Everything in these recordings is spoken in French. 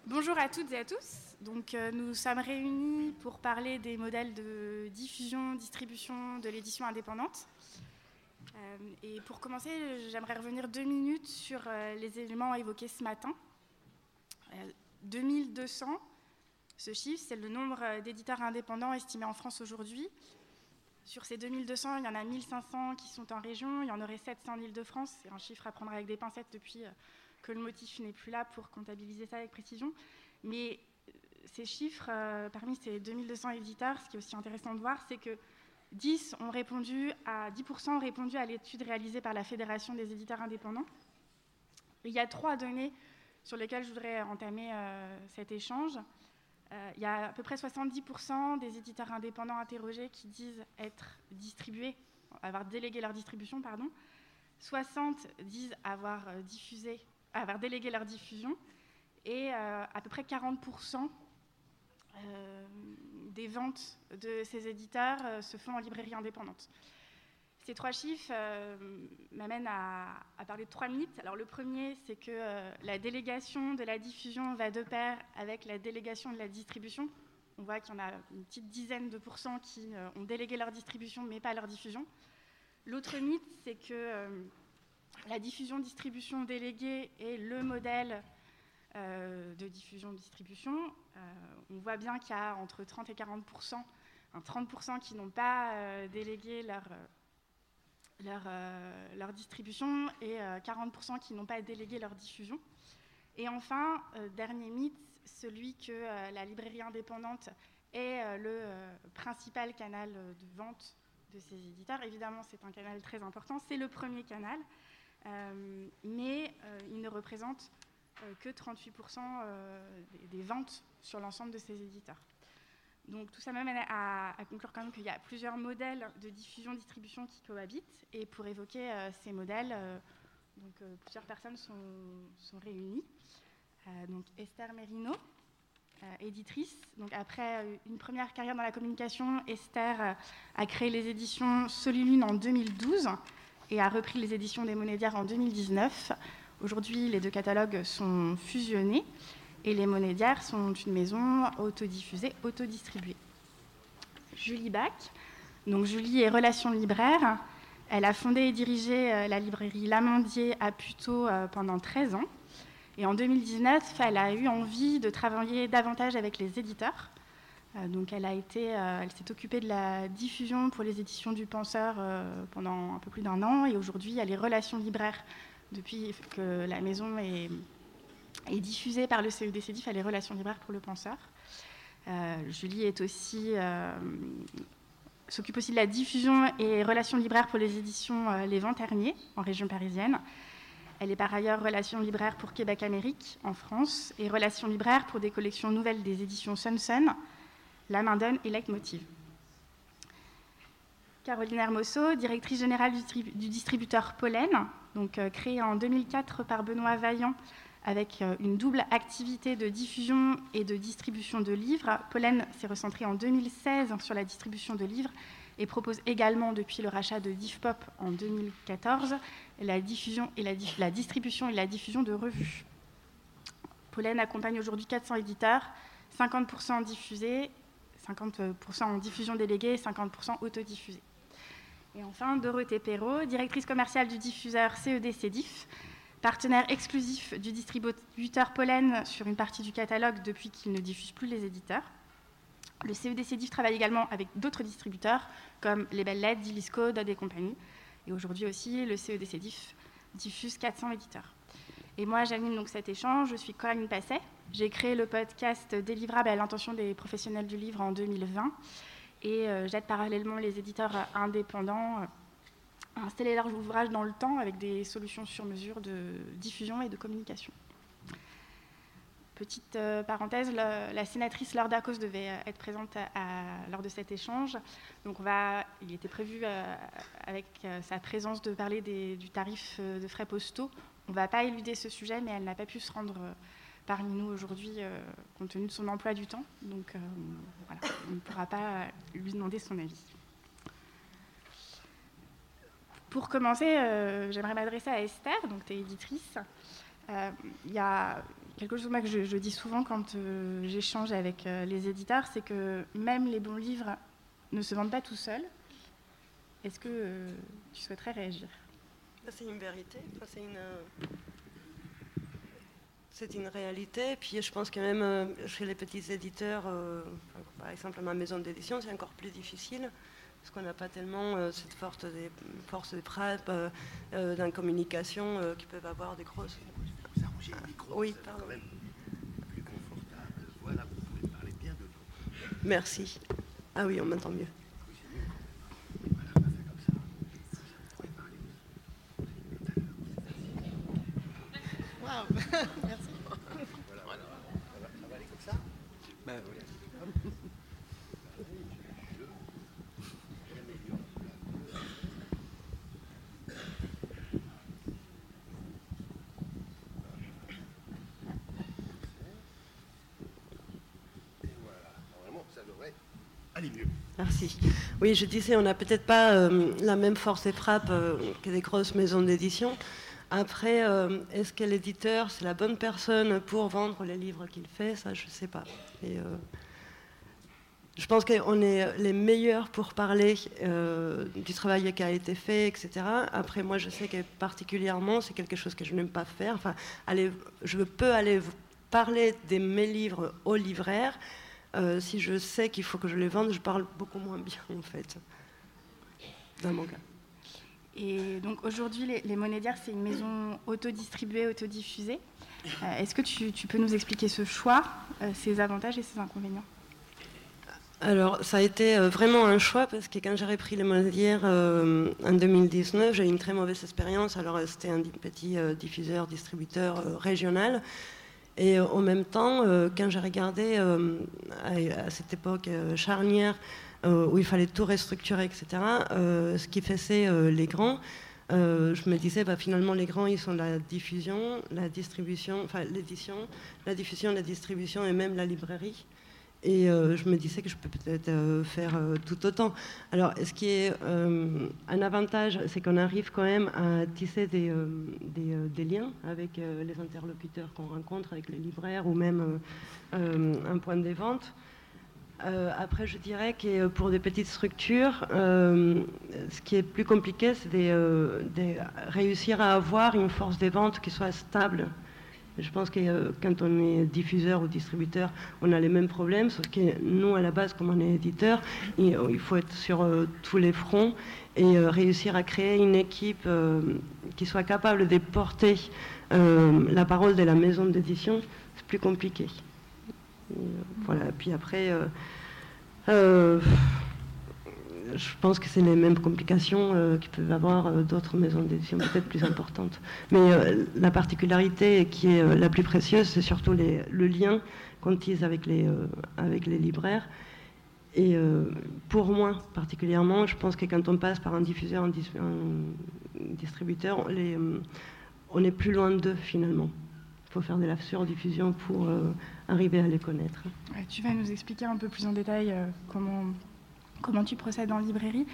Bonjour à toutes et à tous. Donc, nous sommes réunis pour parler des modèles de diffusion, distribution de l'édition indépendante. Et pour commencer, j'aimerais revenir 2 minutes sur les éléments évoqués ce matin. 2200, ce chiffre, c'est le nombre d'éditeurs indépendants estimés en France aujourd'hui. Sur ces 2200, il y en a 1500 qui sont en région, il y en aurait 700 en Île-de-France. C'est un chiffre à prendre avec des pincettes depuis que le motif n'est plus là pour comptabiliser ça avec précision. Mais ces chiffres, parmi ces 2200 éditeurs, ce qui est aussi intéressant de voir, c'est que 10% ont répondu à l'étude réalisée par la Fédération des éditeurs indépendants. Et il y a 3 données sur lesquelles je voudrais entamer cet échange. Il y a à peu près 70% des éditeurs indépendants interrogés qui disent être distribués, avoir délégué leur distribution, 60 disent avoir délégué leur diffusion, et à peu près 40% des ventes de ces éditeurs se font en librairie indépendante. Ces 3 chiffres m'amènent à parler de 3 mythes. Alors le premier, c'est que la délégation de la diffusion va de pair avec la délégation de la distribution. On voit qu'il y en a une petite dizaine de pourcents qui ont délégué leur distribution, mais pas leur diffusion. L'autre mythe, c'est que la diffusion-distribution déléguée est le modèle de diffusion-distribution. On voit bien qu'il y a entre 30 et 40%, 30% qui n'ont pas délégué leur distribution et 40% qui n'ont pas délégué leur diffusion. Et enfin, dernier mythe, celui que la librairie indépendante est le principal canal de vente de ces éditeurs. Évidemment, c'est un canal très important, c'est le premier canal, mais il ne représente que 38% des ventes sur l'ensemble de ces éditeurs. Donc tout ça m'amène à conclure quand même qu'il y a plusieurs modèles de diffusion-distribution qui cohabitent. Et pour évoquer ces modèles, plusieurs personnes sont réunies. Donc Esther Merino, éditrice. Donc après une première carrière dans la communication, Esther a créé les éditions Solilune en 2012 et a repris les éditions des Monédiaires en 2019. Aujourd'hui, les 2 catalogues sont fusionnés. Et les Monédiaires sont une maison autodiffusée, autodistribuée. Julie Bach. Donc Julie est relation libraire. Elle a fondé et dirigé la librairie L'Amandier à Puteaux pendant 13 ans. Et en 2019, elle a eu envie de travailler davantage avec les éditeurs. Donc elle s'est occupée de la diffusion pour les éditions du Penseur pendant un peu plus d'1 an. Et aujourd'hui, elle est relation libraire depuis que la maison est diffusée par le CEDC-DIF à les relations libraires pour le Penseur. Julie s'occupe aussi de la diffusion et relations libraires pour les éditions Les Vents-Terniers, en région parisienne. Elle est par ailleurs relation libraire pour Québec Amérique, en France, et relation libraire pour des collections nouvelles des éditions Sun, La Main d'Homme et Leitmotiv. Caroline Hermoso, directrice générale du distributeur Pollen, créé en 2004 par Benoît Vaillant, avec une double activité de diffusion et de distribution de livres. Pollen s'est recentré en 2016 sur la distribution de livres et propose également, depuis le rachat de Diffpop en 2014, la distribution et la diffusion de revues. Pollen accompagne aujourd'hui 400 éditeurs, 50% diffusés, 50% en diffusion déléguée et 50% autodiffusés. Et enfin, Dorothée Perrault, directrice commerciale du diffuseur CEDC-DIF, partenaire exclusif du distributeur Pollen sur une partie du catalogue depuis qu'il ne diffuse plus les éditeurs. Le CEDC-DIF travaille également avec d'autres distributeurs comme Les Belles Lettres, Dilisco, Dodd et compagnie. Et aujourd'hui aussi, le CEDC-DIF diffuse 400 éditeurs. Et moi, j'anime donc cet échange. Je suis Coraline Passet. J'ai créé le podcast Délivrable à l'intention des professionnels du livre en 2020. Et j'aide parallèlement les éditeurs indépendants à installer leurs ouvrages dans le temps avec des solutions sur mesure de diffusion et de communication. Petite parenthèse, la sénatrice Laure Darcos devait être présente lors de cet échange. Donc il était prévu avec sa présence de parler du tarif de frais postaux. On ne va pas éluder ce sujet, mais elle n'a pas pu se rendre parmi nous aujourd'hui compte tenu de son emploi du temps. Donc voilà, on ne pourra pas lui demander son avis. Pour commencer, j'aimerais m'adresser à Esther, donc tu es éditrice. Il y a quelque chose que je dis souvent quand j'échange avec les éditeurs, c'est que même les bons livres ne se vendent pas tout seuls. Est-ce que tu souhaiterais réagir ? C'est une vérité, c'est une réalité. Puis je pense que même chez les petits éditeurs, par exemple ma maison d'édition, c'est encore plus difficile parce qu'on n'a pas tellement cette force de frappe dans la communication qui peuvent avoir des grosses. Vous arrangez le micro, oui, ça va quand même plus confortable. Voilà, vous pouvez parler bien de vous. Merci. Ah oui, on m'entend mieux. Voilà, on va faire comme ça. Vous pouvez parler tout à l'heure. Waouh, merci. Voilà. Ça va aller comme ça? Ben oui. Allez mieux. Merci. Oui, je disais, on n'a peut-être pas la même force et frappe que des grosses maisons d'édition. Après, est-ce que l'éditeur, c'est la bonne personne pour vendre les livres qu'il fait? Ça, je ne sais pas. Et, je pense qu'on est les meilleurs pour parler du travail qui a été fait, etc. Après, moi, je sais que particulièrement, c'est quelque chose que je n'aime pas faire. Enfin, je peux aller parler de mes livres aux libraires. Si je sais qu'il faut que je les vende, je parle beaucoup moins bien, en fait, dans mon cas. Et donc aujourd'hui, les Monédiaires, c'est une maison autodistribuée, autodiffusée. Est-ce que tu peux nous expliquer ce choix, ses avantages et ses inconvénients? Alors, ça a été vraiment un choix, parce que quand j'ai repris les Monédiaires en 2019, j'ai eu une très mauvaise expérience. Alors, c'était un petit diffuseur, distributeur régional. Et en même temps, quand j'ai regardé à cette époque charnière où il fallait tout restructurer, etc., ce qui faisait les grands, je me disais finalement les grands ils sont la diffusion, la distribution, enfin l'édition, la diffusion, la distribution et même la librairie. Et je me disais que je peux peut-être faire tout autant. Alors, ce qui est un avantage, c'est qu'on arrive quand même à tisser des liens avec les interlocuteurs qu'on rencontre, avec les libraires ou même un point de vente. Après, je dirais que pour des petites structures, ce qui est plus compliqué, c'est de réussir à avoir une force de vente qui soit stable. Je pense que quand on est diffuseur ou distributeur, on a les mêmes problèmes, sauf que nous, à la base, comme on est éditeur, il faut être sur tous les fronts et réussir à créer une équipe qui soit capable de porter la parole de la maison d'édition, c'est plus compliqué. Voilà. Puis après, je pense que c'est les mêmes complications qui peuvent avoir d'autres maisons d'édition peut-être plus importantes. Mais la particularité qui est la plus précieuse, c'est surtout le lien qu'on tisse avec les libraires. Et pour moi, particulièrement, je pense que quand on passe par un diffuseur, un distributeur, on est plus loin d'eux finalement. Il faut faire de la surdiffusion pour arriver à les connaître. Ouais, tu vas nous expliquer un peu plus en détail comment tu procèdes en librairie.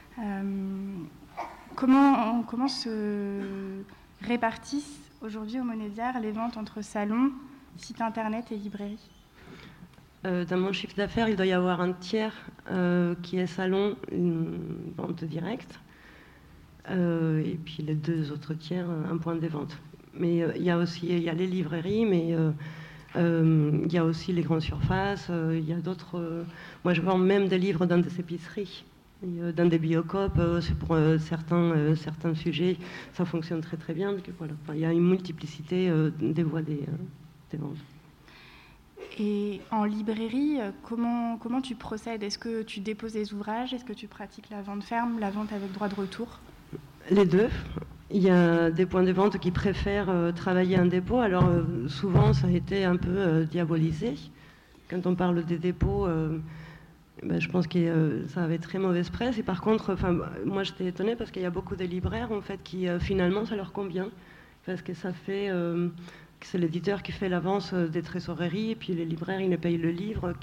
Comment se répartissent aujourd'hui au Monédiaire les ventes entre salons, site internet et librairie? Dans mon chiffre d'affaires, il doit y avoir un tiers qui est salon, une vente directe, et puis les 2 autres tiers, un point de vente. Mais il y a les librairies, mais il y a aussi les grandes surfaces, il y a d'autres... moi, je vends même des livres dans des épiceries, dans des biocopes, c'est pour certains sujets, ça fonctionne très très bien. Donc, voilà. Enfin, il y a une multiplicité des voies des ventes. Et en librairie, comment tu procèdes? Est-ce que tu déposes des ouvrages? Est-ce que tu pratiques la vente ferme, la vente avec droit de retour? Les deux. Il y a des points de vente qui préfèrent travailler en dépôt. Alors souvent, ça a été un peu diabolisé. Quand on parle des dépôts, je pense que ça avait très mauvaise presse. Et par contre, moi j'étais étonnée parce qu'il y a beaucoup de libraires en fait qui finalement ça leur convient. Parce que ça fait que c'est l'éditeur qui fait l'avance des trésoreries et puis les libraires ils ne payent le livre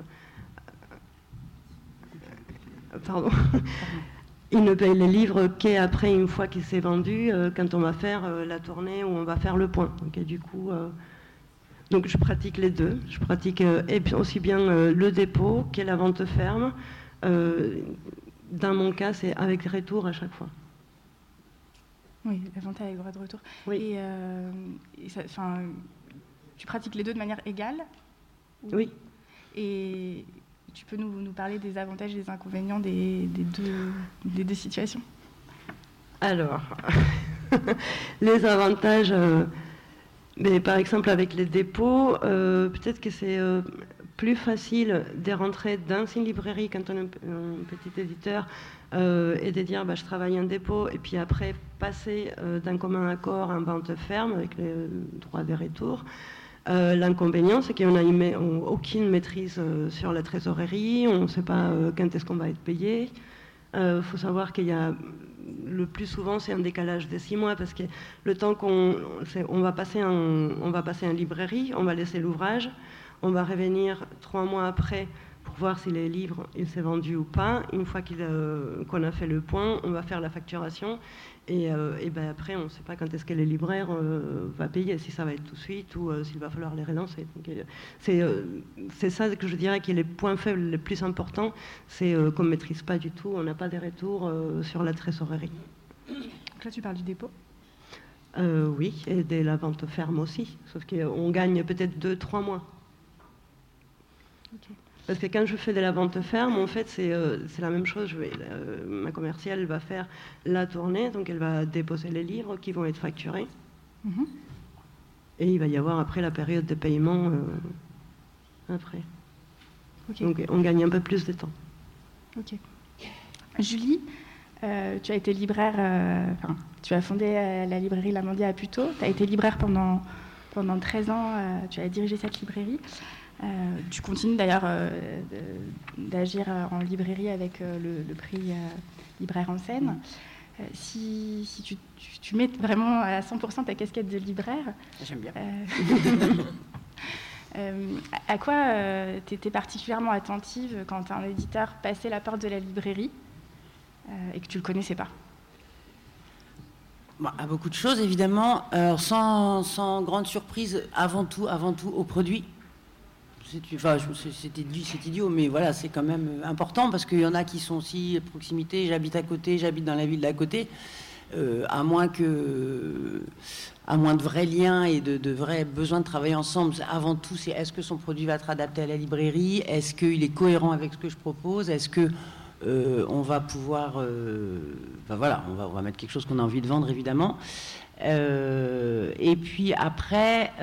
pardon. Ils ne payent les livres qu'après, une fois qu'il s'est vendu, quand on va faire la tournée où on va faire le point. Donc, du coup, Donc je pratique les deux. Je pratique aussi bien le dépôt qu'est la vente ferme. Dans mon cas, c'est avec retour à chaque fois. Oui, la vente avec droit de retour. Oui. Tu pratiques les deux de manière égale? Oui. Et tu peux nous parler des avantages et des inconvénients des deux situations? Alors, les avantages, mais par exemple avec les dépôts, peut-être que c'est plus facile de rentrer dans une librairie quand on est un petit éditeur et de dire je travaille un dépôt et puis après passer d'un commun accord en vente ferme avec les droits de retour. L'inconvénient, c'est qu'on n'a aucune maîtrise sur la trésorerie, on ne sait pas quand est-ce qu'on va être payé. Il faut savoir qu'il y a, le plus souvent, c'est un décalage de 6 mois, parce que le temps on va passer en librairie, on va laisser l'ouvrage, on va revenir 3 mois après pour voir si les livres il s'est vendu ou pas. Une fois qu'on a fait le point, on va faire la facturation. Et après, on ne sait pas quand est-ce que les libraires va payer, si ça va être tout de suite ou s'il va falloir les relancer. C'est ça que je dirais qui est les points faibles les plus importants, c'est qu'on ne maîtrise pas du tout, on n'a pas des retours sur la trésorerie. Donc là, tu parles du dépôt? Oui, et de la vente ferme aussi, sauf qu'on gagne peut-être 2-3 mois. Okay. Parce que quand je fais de la vente ferme, en fait, c'est la même chose. Ma commerciale va faire la tournée, donc elle va déposer les livres qui vont être facturés. Mm-hmm. Et il va y avoir après la période de paiement après. Okay. Donc on gagne un peu plus de temps. Ok. Julie, tu as été libraire, tu as fondé la librairie L'Amandier à Puteaux. Tu as été libraire pendant 13 ans, tu as dirigé cette librairie. Tu continues d'ailleurs d'agir en librairie avec le prix Libraire en scène. Si tu mets vraiment à 100% ta casquette de libraire... J'aime bien. À quoi tu étais particulièrement attentive quand un éditeur passait la porte de la librairie et que tu ne le connaissais pas? À beaucoup de choses, évidemment. Alors, sans grande surprise, avant tout au produit. C'est idiot, mais voilà, c'est quand même important parce qu'il y en a qui sont aussi à proximité. J'habite à côté, j'habite dans la ville d'à côté. À moins de vrais liens et de vrais besoins de travailler ensemble, avant tout, c'est est-ce que son produit va être adapté à la librairie? Est-ce qu'il est cohérent avec ce que je propose? Est-ce que on va pouvoir... on va mettre quelque chose qu'on a envie de vendre, évidemment. Et puis après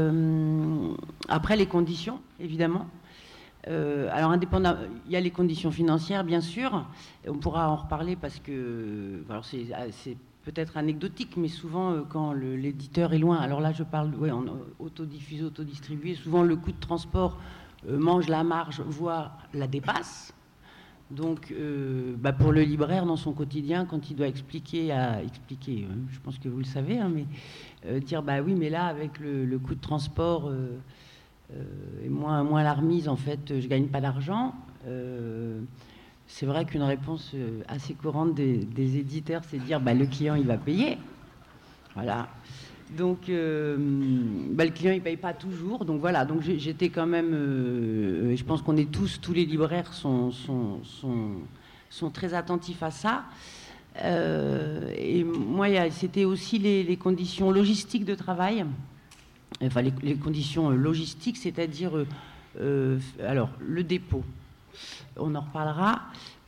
les conditions, évidemment. Alors indépendant, il y a les conditions financières, bien sûr. On pourra en reparler parce que c'est peut-être anecdotique, mais souvent quand l'éditeur est loin, alors là je parle en autodiffusé, autodistribué, souvent le coût de transport mange la marge, voire la dépasse. Donc, pour le libraire, dans son quotidien, quand il doit expliquer, je pense que vous le savez, mais dire, oui, mais là, avec le coût de transport et moins la remise, en fait, je ne gagne pas d'argent. C'est vrai qu'une réponse assez courante des éditeurs, c'est de dire, le client, il va payer. Voilà. Donc, le client, il ne paye pas toujours. Donc, voilà. Donc, j'étais quand même... je pense qu'on est tous les libraires sont très attentifs à ça. Et moi, c'était aussi les conditions logistiques de travail. Enfin, les conditions logistiques, c'est-à-dire... alors, le dépôt. On en reparlera.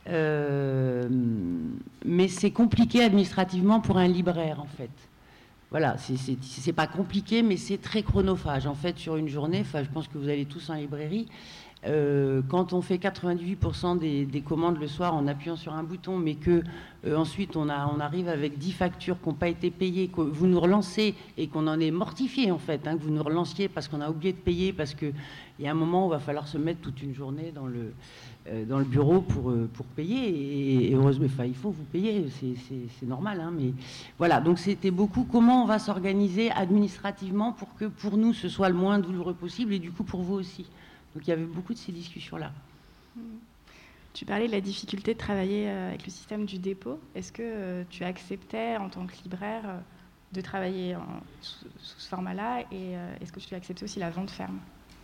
Mais c'est compliqué administrativement pour un libraire, en fait. Voilà, c'est pas compliqué, mais c'est très chronophage. En fait, sur une journée, je pense que vous allez tous en librairie, quand on fait 98% des commandes le soir en appuyant sur un bouton, mais que ensuite on arrive avec 10 factures qui n'ont pas été payées, que vous nous relancez et qu'on en est mortifié, en fait, que vous nous relanciez parce qu'on a oublié de payer, parce qu'il y a un moment où il va falloir se mettre toute une journée dans le bureau pour payer, et heureusement, il faut vous payer, c'est normal, mais voilà, donc c'était beaucoup comment on va s'organiser administrativement pour que pour nous ce soit le moins douloureux possible, et du coup pour vous aussi. Donc il y avait beaucoup de ces discussions-là. Tu parlais de la difficulté de travailler avec le système du dépôt. Est-ce que tu acceptais en tant que libraire de travailler sous ce format-là, et est-ce que tu as accepté aussi la vente ferme?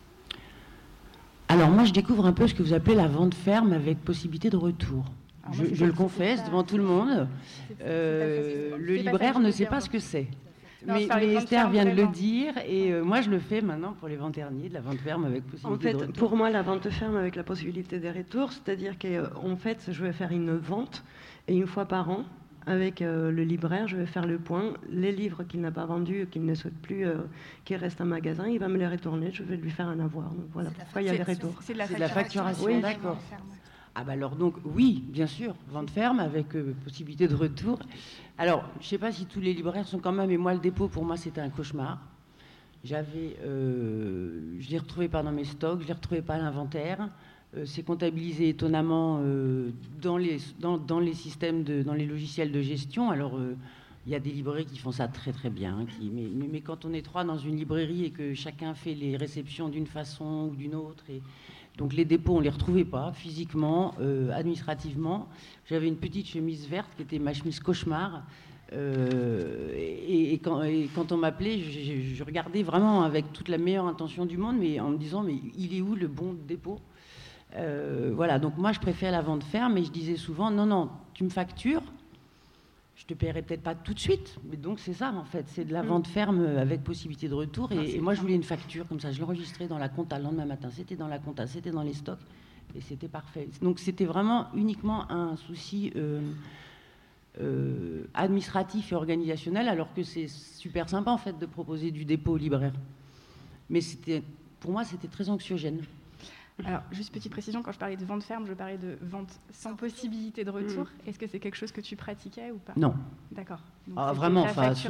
Alors moi, je découvre un peu ce que vous appelez la vente ferme avec possibilité de retour. Je le confesse devant tout le monde. Le libraire ne sait pas ce que c'est. Mais Esther vient de le dire, et moi je le fais maintenant pour les ventes derniers, de la vente ferme avec possibilité de retour. Pour moi, la vente ferme avec la possibilité des retours, c'est-à-dire qu'en fait, je vais faire une vente, et une fois par an, avec le libraire, je vais faire le point. Les livres qu'il n'a pas vendus, qu'il ne souhaite plus, qui restent en magasin, il va me les retourner, je vais lui faire un avoir. Donc voilà pourquoi il y a des retours. C'est de la facturation, oui, d'accord. Ah bah alors donc oui, bien sûr, vente ferme avec possibilité de retour. Alors, je ne sais pas si tous les libraires sont quand même, et moi le dépôt pour moi c'était un cauchemar. Je l'ai retrouvé pas dans mes stocks, je l'ai retrouvé pas à l'inventaire. C'est comptabilisé étonnamment dans les systèmes, dans les logiciels de gestion. Alors il y a des librairies qui font ça très très bien, hein, mais quand on est 3 dans une librairie et que chacun fait les réceptions d'une façon ou d'une autre, et donc les dépôts, on ne les retrouvait pas physiquement, administrativement. J'avais une petite chemise verte qui était ma chemise cauchemar. Et quand on m'appelait, je regardais vraiment avec toute la meilleure intention du monde, mais en me disant, mais il est où le bon dépôt? Voilà, donc moi je préfère la vente ferme, mais je disais souvent, non, tu me factures, je te paierai peut-être pas tout de suite, mais donc c'est ça en fait, c'est de la vente ferme avec possibilité de retour, et moi je voulais une facture, comme ça je l'enregistrais dans la compta le lendemain matin, c'était dans la compta, c'était dans les stocks, et c'était parfait. Donc c'était vraiment uniquement un souci administratif et organisationnel, alors que c'est super sympa en fait de proposer du dépôt au libraire. Mais pour moi c'était très anxiogène. Alors, juste petite précision, quand je parlais de vente ferme, je parlais de vente sans possibilité de retour. Est-ce que c'est quelque chose que tu pratiquais ou pas? Non. D'accord. Vraiment,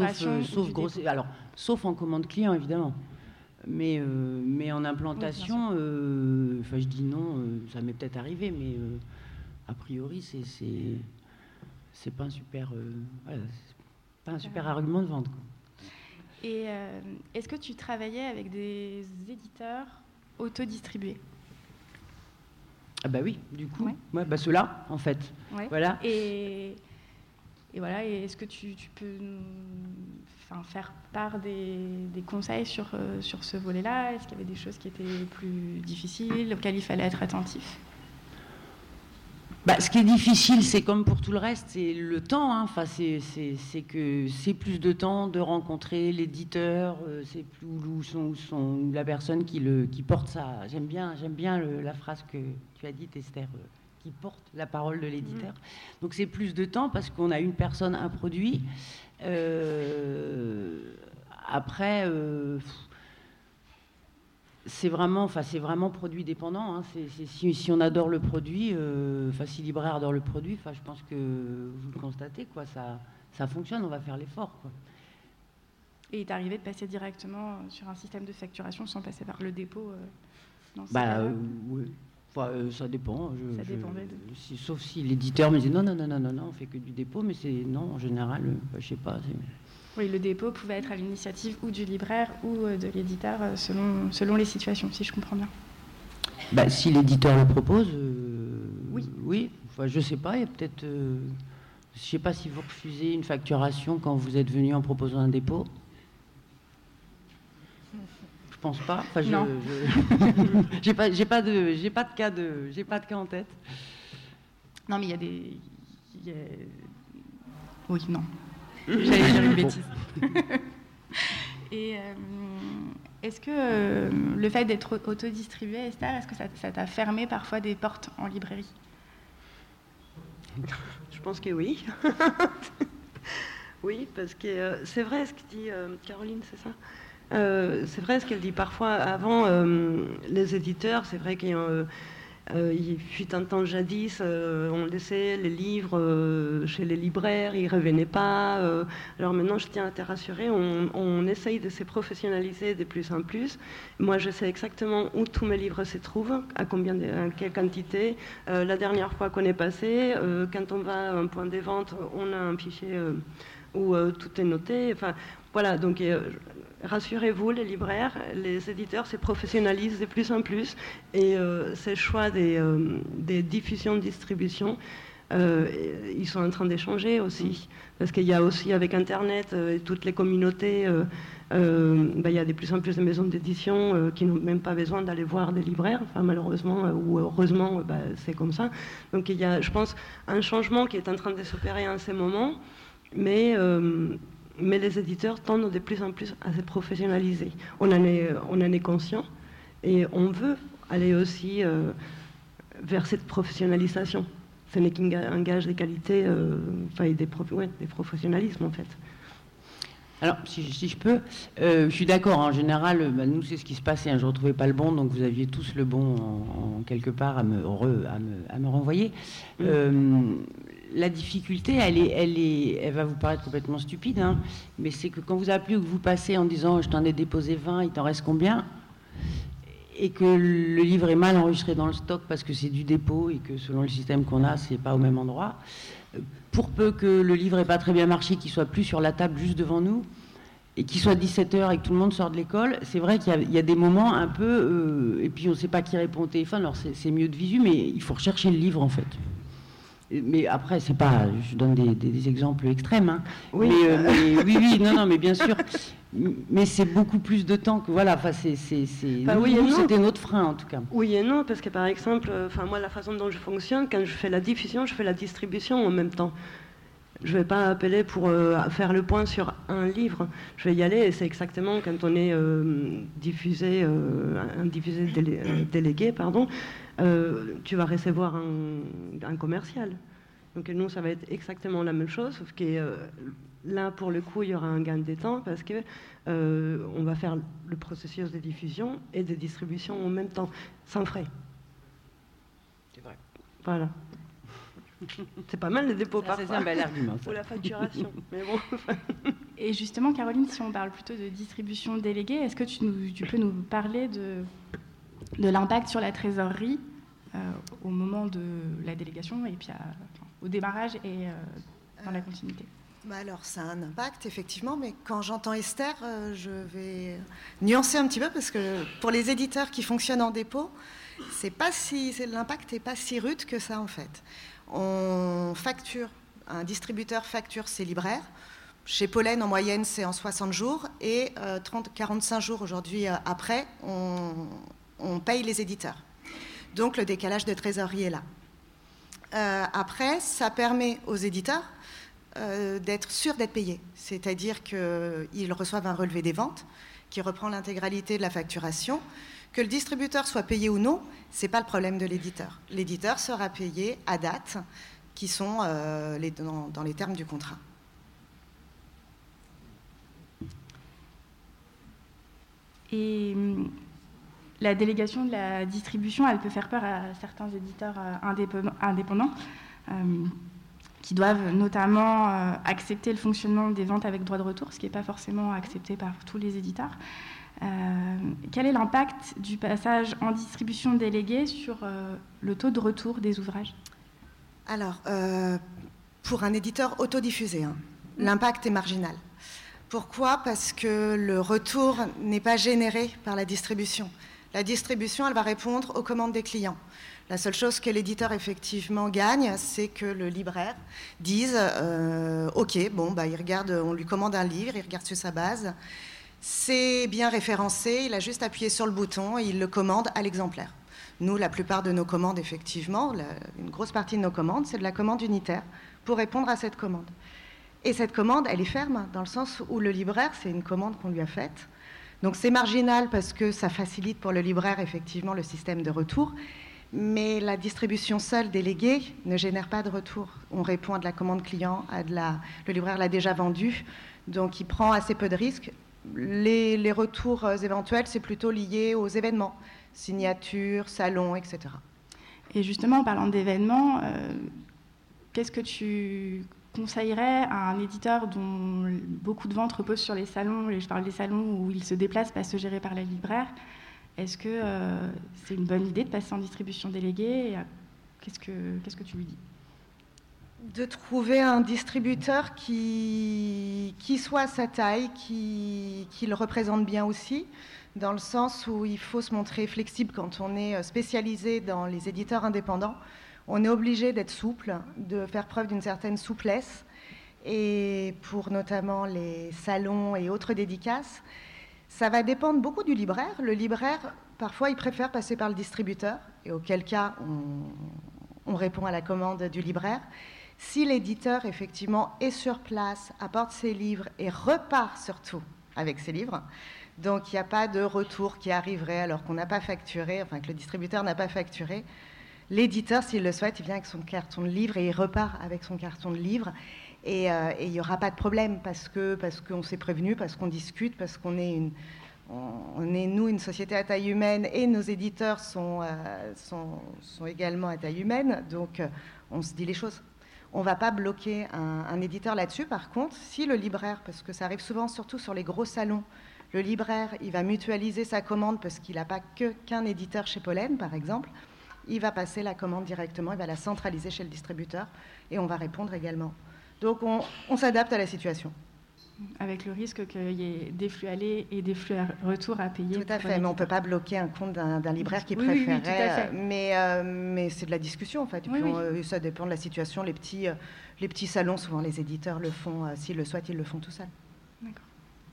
sauf en commande client, évidemment. Mais en implantation, je dis non, ça m'est peut-être arrivé, mais a priori, c'est pas un super, pas un super argument de vente, quoi. Et est-ce que tu travaillais avec des éditeurs autodistribués? Ah bah oui, du coup, ouais, bah ceux-là, en fait. Ouais. Voilà. Et voilà, et est-ce que tu peux nous faire part des conseils sur ce volet-là? Est-ce qu'il y avait des choses qui étaient plus difficiles, auxquelles il fallait être attentif? Bah, ce qui est difficile, c'est comme pour tout le reste, c'est le temps. Hein. Enfin, c'est que c'est plus de temps de rencontrer l'éditeur, c'est plus où la personne qui porte ça. J'aime bien la phrase que tu as dite, Esther, qui porte la parole de l'éditeur. Donc c'est plus de temps parce qu'on a une personne, un produit. Après. C'est vraiment produit dépendant. Hein. Si on adore le produit, si le libraire adore le produit, je pense que vous le constatez, quoi, ça fonctionne, on va faire l'effort, quoi. Et il est arrivé de passer directement sur un système de facturation sans passer par le dépôt oui. Ça dépend. Ça dépendait sauf si l'éditeur me dit non, on fait que du dépôt, mais non, en général, je sais pas. Oui, le dépôt pouvait être à l'initiative ou du libraire ou de l'éditeur selon les situations, si je comprends bien. Bah, si l'éditeur le propose, oui. Enfin, je sais pas, il y a peut-être... je sais pas si vous refusez une facturation quand vous êtes venu en proposant un dépôt. Je pense pas. Enfin, non. J'ai pas de cas en tête. Non, mais il y a des... Oui, non. J'allais dire une bêtise. Et est-ce que le fait d'être autodistribué, Esther, est-ce que ça t'a fermé parfois des portes en librairie? Je pense que oui. Oui, parce que c'est vrai ce que dit Caroline, c'est ça? C'est vrai ce qu'elle dit. Parfois, avant, les éditeurs, c'est vrai qu'ils ont... il fut un temps jadis, on laissait les livres chez les libraires, ils ne revenaient pas. Alors maintenant, je tiens à te rassurer, on essaye de se professionnaliser de plus en plus. Moi, je sais exactement où tous mes livres se trouvent, à quelle quantité. La dernière fois qu'on est passé, quand on va à un point de vente, on a un fichier où tout est noté. Enfin, voilà, donc... rassurez-vous, les libraires, les éditeurs se professionnalisent de plus en plus et ces choix des diffusions, distributions ils sont en train d'échanger aussi. Parce qu'il y a aussi, avec Internet et toutes les communautés, il y a de plus en plus de maisons d'édition qui n'ont même pas besoin d'aller voir des libraires, enfin, malheureusement ou heureusement, c'est comme ça. Donc il y a, je pense, un changement qui est en train de s'opérer en ces moments, mais les éditeurs tendent de plus en plus à se professionnaliser. On en est conscient et on veut aller aussi vers cette professionnalisation. Ce n'est qu'un gage de qualité et des professionnalismes en fait. Alors, si je peux, je suis d'accord, en général, nous, c'est ce qui se passait, hein, je ne retrouvais pas le bon, donc vous aviez tous le bon, en quelque part, à me renvoyer. La difficulté, elle va vous paraître complètement stupide, hein, mais c'est que quand vous appelez ou que vous passez en disant « je t'en ai déposé 20, il t'en reste combien ?» et que le livre est mal enregistré dans le stock parce que c'est du dépôt et que selon le système qu'on a, c'est pas au même endroit. Pour peu que le livre n'ait pas très bien marché, qu'il soit plus sur la table juste devant nous, et qu'il soit 17h et que tout le monde sort de l'école, c'est vrai qu'il y a des moments un peu... et puis on ne sait pas qui répond au téléphone, alors c'est mieux de visu, mais il faut rechercher le livre en fait. Mais après, c'est pas... Je donne des exemples extrêmes, hein. Oui. Oui, non, mais bien sûr. Mais c'est beaucoup plus de temps que... Voilà, enfin, c'était notre frein, en tout cas. Oui et non, parce que par exemple, moi, la façon dont je fonctionne, quand je fais la diffusion, je fais la distribution en même temps. Je ne vais pas appeler pour faire le point sur un livre. Je vais y aller, et c'est exactement quand on est un diffusé délégué, pardon, tu vas recevoir un commercial. Donc nous, ça va être exactement la même chose, sauf que là, pour le coup, il y aura un gain de temps parce que on va faire le processus de diffusion et de distribution en même temps, sans frais. C'est vrai. Voilà. C'est pas mal le dépôt parfois. C'est un bel argument. Ou la facturation. Mais bon. Et justement, Caroline, si on parle plutôt de distribution déléguée, est-ce que tu peux nous parler de l'impact sur la trésorerie au moment de la délégation et puis au démarrage et dans la continuité? Alors, ça a un impact, effectivement, mais quand j'entends Esther, je vais nuancer un petit peu parce que pour les éditeurs qui fonctionnent en dépôt, l'impact n'est pas si rude que ça, en fait. Un distributeur facture ses libraires. Chez Pollen, en moyenne, c'est en 60 jours. Et 45 jours aujourd'hui après, on paye les éditeurs. Donc, le décalage de trésorerie est là. Après, ça permet aux éditeurs d'être sûrs d'être payés. C'est-à-dire qu'ils reçoivent un relevé des ventes qui reprend l'intégralité de la facturation. Que le distributeur soit payé ou non, ce n'est pas le problème de l'éditeur. L'éditeur sera payé à date, qui sont dans les termes du contrat. Et la délégation de la distribution, elle peut faire peur à certains éditeurs indépendants qui doivent notamment accepter le fonctionnement des ventes avec droit de retour, ce qui n'est pas forcément accepté par tous les éditeurs. Quel est l'impact du passage en distribution déléguée sur le taux de retour des ouvrages? Alors, pour un éditeur autodiffusé, l'impact est marginal. Pourquoi? Parce que le retour n'est pas généré par la distribution. La distribution, elle va répondre aux commandes des clients. La seule chose que l'éditeur effectivement gagne, c'est que le libraire dise OK, bon, il regarde, on lui commande un livre, il regarde sur sa base. C'est bien référencé, il a juste appuyé sur le bouton et il le commande à l'exemplaire. Nous, la plupart de nos commandes, effectivement, une grosse partie de nos commandes, c'est de la commande unitaire pour répondre à cette commande. Et cette commande, elle est ferme, dans le sens où le libraire, c'est une commande qu'on lui a faite. Donc c'est marginal parce que ça facilite pour le libraire, effectivement, le système de retour. Mais la distribution seule déléguée ne génère pas de retour. On répond à de la commande client, le libraire l'a déjà vendu, donc il prend assez peu de risques. Les retours éventuels, c'est plutôt lié aux événements, signatures, salons, etc. Et justement, en parlant d'événements, qu'est-ce que tu conseillerais à un éditeur dont beaucoup de ventes reposent sur les salons, et je parle des salons où il se déplace, pas se gérer par la libraire? Est-ce que c'est une bonne idée de passer en distribution déléguée? Qu'est-ce que tu lui dis? De trouver un distributeur qui soit à sa taille, qui le représente bien aussi, dans le sens où il faut se montrer flexible quand on est spécialisé dans les éditeurs indépendants. on est obligé d'être souple, de faire preuve d'une certaine souplesse. Et pour notamment les salons et autres dédicaces, ça va dépendre beaucoup du libraire. Le libraire, parfois, il préfère passer par le distributeur, et auquel cas, on répond à la commande du libraire. Si l'éditeur, effectivement, est sur place, apporte ses livres et repart surtout avec ses livres, donc il n'y a pas de retour qui arriverait alors qu'on n'a pas facturé, enfin que le distributeur n'a pas facturé. L'éditeur, s'il le souhaite, il vient avec son carton de livre et il repart avec son carton de livre. Et il n'y aura pas de problème parce qu'on s'est prévenu, parce qu'on discute, parce qu'on est nous, une société à taille humaine, et nos éditeurs sont également à taille humaine, donc on se dit les choses. On ne va pas bloquer un éditeur là-dessus. Par contre, si le libraire, parce que ça arrive souvent, surtout sur les gros salons, le libraire, il va mutualiser sa commande parce qu'il n'a pas qu'un éditeur chez Pollen, par exemple, il va passer la commande directement, il va la centraliser chez le distributeur, et on va répondre également. Donc on s'adapte à la situation. Avec le risque qu'il y ait des flux allés et des flux retours à payer. Tout à fait, mais on ne peut pas bloquer un compte d'un libraire qui préférerait. Oui, tout à fait. Mais c'est de la discussion, en fait. Et puis ça dépend de la situation. Les petits salons, souvent les éditeurs le font, s'ils le souhaitent, ils le font tout seuls. D'accord.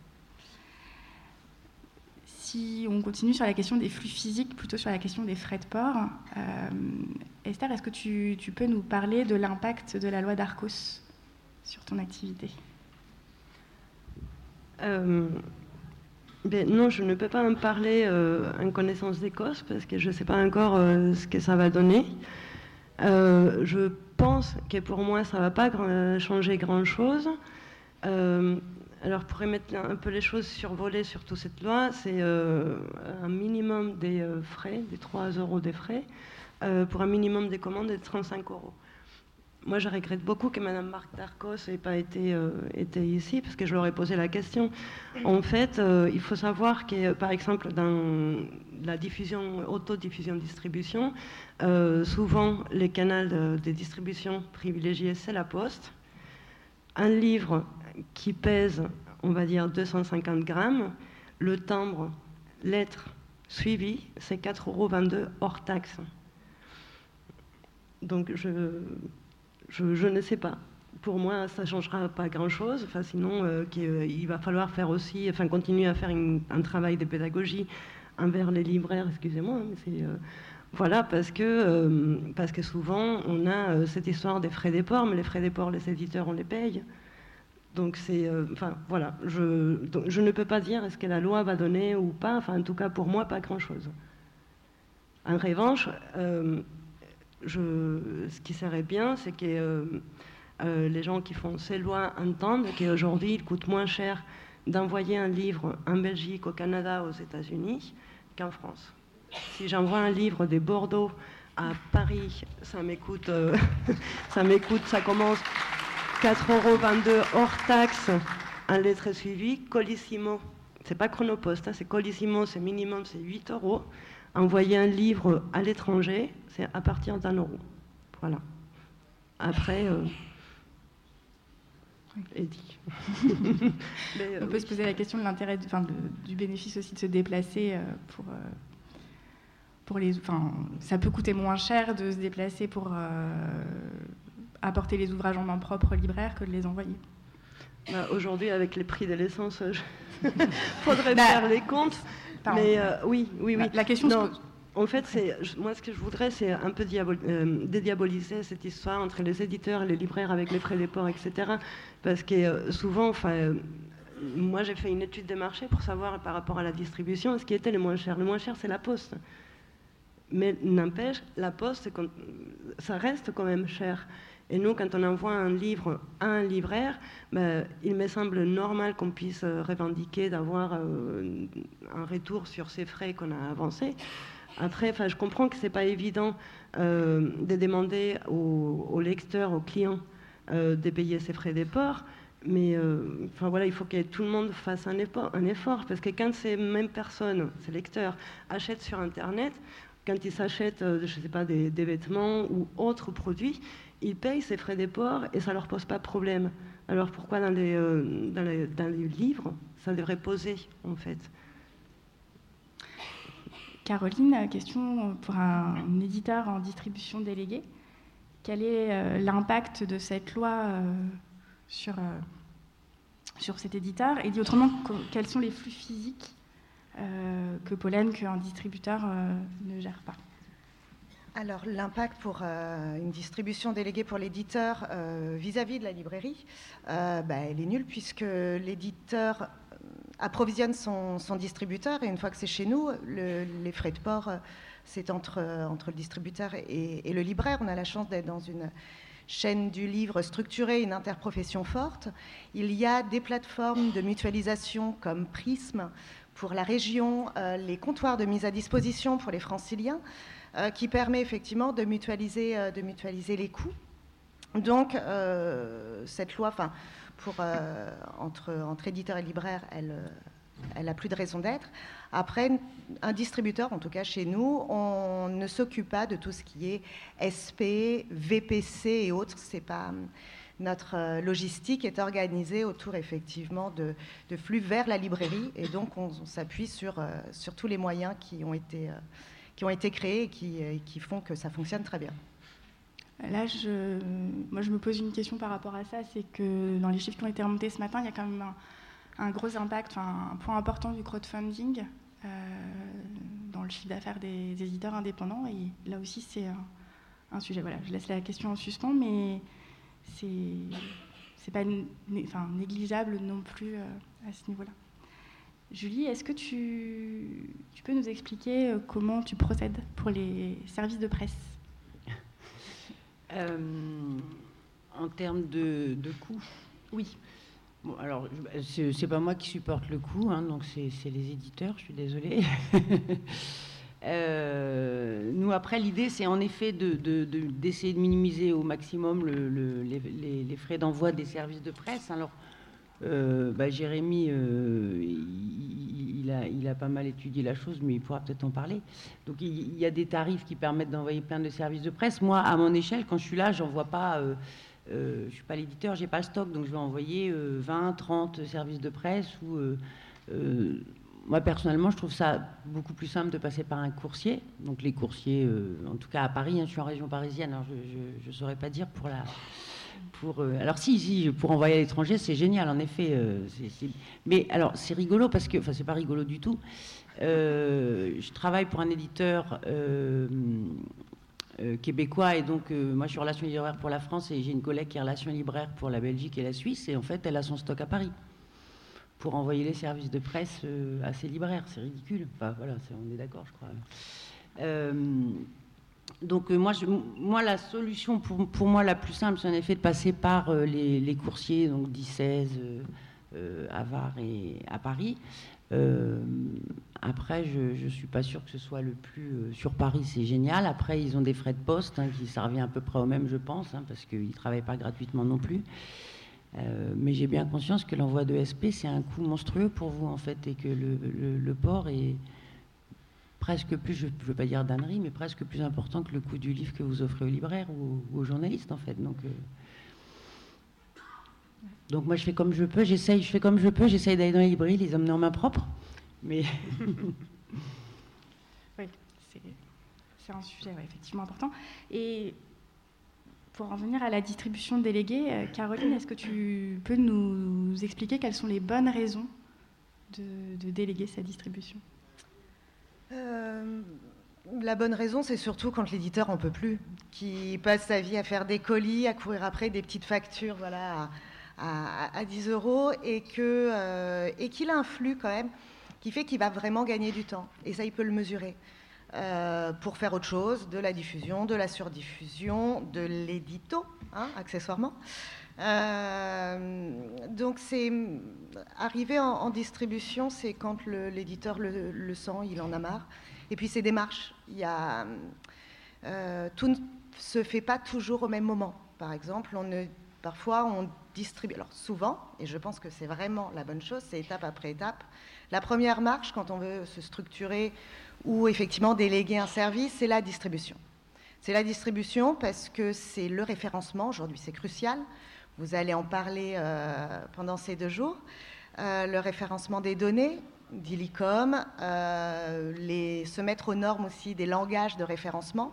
Si on continue sur la question des flux physiques, plutôt sur la question des frais de port, Esther, est-ce que tu peux nous parler de l'impact de la loi d'Arcos sur ton activité? Non, je ne peux pas en parler en connaissance des causes parce que je ne sais pas encore ce que ça va donner. Je pense que pour moi, ça ne va pas changer grand-chose. Alors, pour remettre un peu les choses survolées sur toute cette loi, c'est un minimum des frais, des 3 € des frais, pour un minimum des commandes de 35 €. Moi, je regrette beaucoup que Mme Marc Darcos n'ait pas été ici, parce que je leur ai posé la question. En fait, il faut savoir que, par exemple, dans la diffusion, autodiffusion-distribution, souvent, les canaux de distribution privilégiés, c'est la Poste. Un livre qui pèse, on va dire, 250 grammes, le timbre, lettre, suivi, c'est 4,22 € hors taxe. Donc, je ne sais pas. Pour moi, ça ne changera pas grand-chose. Enfin, sinon, il va falloir faire aussi, enfin, continuer à faire un travail de pédagogie envers les libraires. Excusez-moi, mais c'est voilà, parce que souvent, on a cette histoire des frais des ports, mais les frais des ports, les éditeurs, on les paye. Donc c'est, enfin voilà, je ne peux pas dire est-ce que la loi va donner ou pas. Enfin, en tout cas, pour moi, pas grand-chose. En revanche. Ce qui serait bien, c'est que les gens qui font ces lois entendent qu'aujourd'hui, il coûte moins cher d'envoyer un livre en Belgique, au Canada, aux États-Unis qu'en France. Si j'envoie un livre de Bordeaux à Paris, ça commence 4,22 € hors taxe, en lettres suivies. Colissimo, c'est pas Chronopost, hein, c'est Colissimo, c'est minimum, c'est 8 €. Envoyer un livre à l'étranger, c'est à partir d'1 €. Voilà. Après, Eddy. On peut se poser la question de l'intérêt, du bénéfice aussi de se déplacer pour les. Enfin, ça peut coûter moins cher de se déplacer pour apporter les ouvrages en main propre libraire que de les envoyer. Aujourd'hui, avec les prix de l'essence, faudrait faire les comptes. Mais oui. La question se pose. En fait, moi, ce que je voudrais, c'est un peu dédiaboliser cette histoire entre les éditeurs et les libraires avec les frais des ports, etc. Parce que souvent, moi, j'ai fait une étude de marché pour savoir par rapport à la distribution ce qui était le moins cher. Le moins cher, c'est la Poste. Mais n'empêche, la Poste, ça reste quand même cher. Et nous, quand on envoie un livre à un libraire, il me semble normal qu'on puisse revendiquer d'avoir un retour sur ces frais qu'on a avancés. Après, je comprends que ce n'est pas évident de demander aux lecteurs, aux clients, de payer ces frais des ports, mais voilà, il faut que tout le monde fasse un effort, parce que quand ces mêmes personnes, ces lecteurs, achètent sur Internet, quand ils s'achètent, je ne sais pas, des vêtements ou autres produits, ils payent ces frais des ports et ça ne leur pose pas de problème. Alors pourquoi dans les livres, ça devrait poser, en fait? Caroline, question pour un éditeur en distribution déléguée. quel est l'impact de cette loi sur cet éditeur, et dit autrement, quels sont les flux physiques que Pollen, qu'un distributeur ne gère pas. Alors, l'impact pour une distribution déléguée pour l'éditeur vis-à-vis de la librairie, elle est nulle, puisque l'éditeur approvisionne son distributeur, et une fois que c'est chez nous, les frais de port, c'est entre le distributeur et le libraire. On a la chance d'être dans une chaîne du livre structurée, une interprofession forte. Il y a des plateformes de mutualisation comme Prism pour la région, les comptoirs de mise à disposition pour les franciliens, qui permet effectivement de mutualiser les coûts. Donc, cette loi, entre éditeurs et libraires, elle n'a plus de raison d'être. Après, un distributeur, en tout cas chez nous, on ne s'occupe pas de tout ce qui est SP, VPC et autres. C'est pas, notre logistique est organisée autour effectivement de flux vers la librairie, et donc on s'appuie sur tous les moyens qui ont été créés et qui font que ça fonctionne très bien. Là, moi, je me pose une question par rapport à ça, c'est que dans les chiffres qui ont été remontés ce matin, il y a quand même un gros impact, un point important du crowdfunding dans le chiffre d'affaires des éditeurs indépendants, et là aussi, c'est un sujet. Voilà, je laisse la question en suspens, mais c'est pas négligeable non plus à ce niveau-là. Julie, est-ce que tu peux nous expliquer comment tu procèdes pour les services de presse ? En termes de coûts ? Oui. Bon, alors, c'est pas moi qui supporte le coût, hein, donc c'est les éditeurs, je suis désolée. Nous, après, l'idée, c'est en effet d'essayer de minimiser au maximum les frais d'envoi des services de presse. Alors, Jérémy, il a pas mal étudié la chose, mais il pourra peut-être en parler. Donc, il y a des tarifs qui permettent d'envoyer plein de services de presse. Moi, à mon échelle, quand je suis là, j'envoie pas... je ne suis pas l'éditeur, je n'ai pas le stock, donc je vais envoyer 20, 30 services de presse. Moi, personnellement, je trouve ça beaucoup plus simple de passer par un coursier. Donc les coursiers, en tout cas à Paris, hein, je suis en région parisienne, alors je ne saurais pas dire pour la... alors si, pour envoyer à l'étranger, c'est génial, en effet. Mais alors, c'est rigolo parce que... Enfin, c'est pas rigolo du tout. Je travaille pour un éditeur... québécois, et donc moi je suis relation libraire pour la France, et j'ai une collègue qui est relation libraire pour la Belgique et la Suisse, et en fait elle a son stock à Paris pour envoyer les services de presse à ses libraires. C'est ridicule. Enfin voilà, on est d'accord, je crois. Donc moi la solution pour moi la plus simple, c'est en effet de passer par les coursiers, donc 10-16 à Var et à Paris. Après, je suis pas sûre que ce soit le plus... sur Paris, c'est génial. Après, ils ont des frais de poste, hein, ça revient à peu près au même, je pense, hein, parce qu'ils ne travaillent pas gratuitement non plus. Mais j'ai bien conscience que l'envoi de SP, c'est un coût monstrueux pour vous, en fait, et que le port est presque plus, je ne veux pas dire d'ânerie, mais presque plus important que le coût du livre que vous offrez aux libraires ou aux journalistes, en fait. Donc moi, je fais comme je peux, j'essaye d'aller dans les librairies, les amener en main propre. Mais oui, c'est un sujet effectivement important. Et pour en venir à la distribution déléguée, Caroline, est-ce que tu peux nous expliquer quelles sont les bonnes raisons de déléguer sa distribution ? La bonne raison, c'est surtout quand l'éditeur n'en peut plus, qui passe sa vie à faire des colis, à courir après des petites factures, voilà, à 10 € et qu'il a un flux quand même qui fait qu'il va vraiment gagner du temps. Et ça, il peut le mesurer pour faire autre chose, de la diffusion, de la surdiffusion, de l'édito, hein, accessoirement. Donc, c'est arriver en distribution, c'est quand l'éditeur le sent, il en a marre. Et puis, ces démarches, tout ne se fait pas toujours au même moment. Par exemple, parfois, on distribue... Alors, souvent, et je pense que c'est vraiment la bonne chose, c'est étape après étape. La première marche, quand on veut se structurer ou effectivement déléguer un service, c'est la distribution. C'est la distribution parce que c'est le référencement. Aujourd'hui, c'est crucial. Vous allez en parler pendant ces 2 jours. Le référencement des données, d'Illicom, se mettre aux normes aussi des langages de référencement.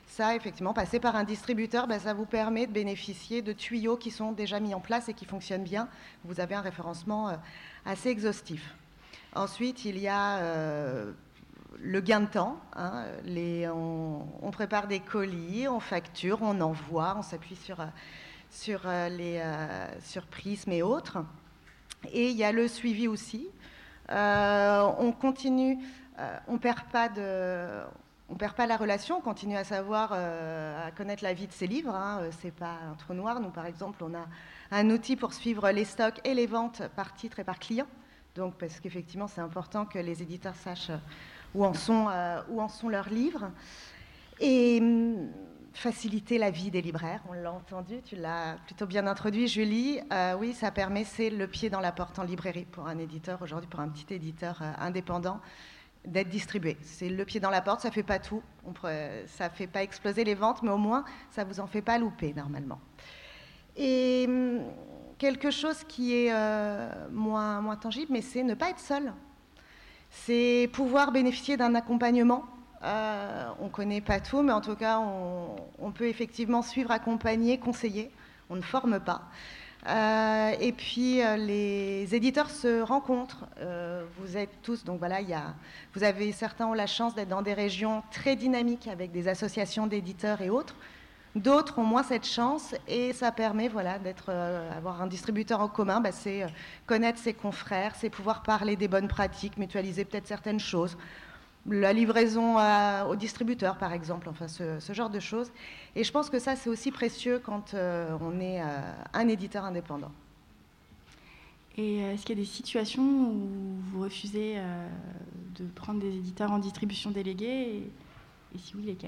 Ça, effectivement, passer par un distributeur, ça vous permet de bénéficier de tuyaux qui sont déjà mis en place et qui fonctionnent bien. Vous avez un référencement assez exhaustif. Ensuite, il y a le gain de temps. Hein, on prépare des colis, on facture, on envoie, on s'appuie sur Prism et autres. Et il y a le suivi aussi. On continue, on perd pas la relation, on continue à savoir, à connaître la vie de ses livres. Hein, c'est pas un trou noir. Nous, par exemple, on a un outil pour suivre les stocks et les ventes par titre et par client. Donc, parce qu'effectivement, c'est important que les éditeurs sachent où en sont leurs livres. Et faciliter la vie des libraires, on l'a entendu, tu l'as plutôt bien introduit, Julie. Oui, ça permet, c'est le pied dans la porte en librairie pour un éditeur, aujourd'hui pour un petit éditeur indépendant, d'être distribué. C'est le pied dans la porte, ça ne fait pas tout, ça ne fait pas exploser les ventes, mais au moins, ça ne vous en fait pas louper normalement. Et quelque chose qui est moins tangible, mais c'est ne pas être seul. C'est pouvoir bénéficier d'un accompagnement. On ne connaît pas tout, mais en tout cas, on peut effectivement suivre, accompagner, conseiller. On ne forme pas. Et puis, les éditeurs se rencontrent. Vous êtes tous, donc voilà, certains ont la chance d'être dans des régions très dynamiques avec des associations d'éditeurs et autres. D'autres ont moins cette chance et ça permet avoir un distributeur en commun, c'est connaître ses confrères, c'est pouvoir parler des bonnes pratiques, mutualiser peut-être certaines choses, la livraison au distributeur par exemple, enfin ce genre de choses. Et je pense que ça c'est aussi précieux quand on est un éditeur indépendant. Et est-ce qu'il y a des situations où vous refusez de prendre des éditeurs en distribution déléguée et si oui, lesquels ?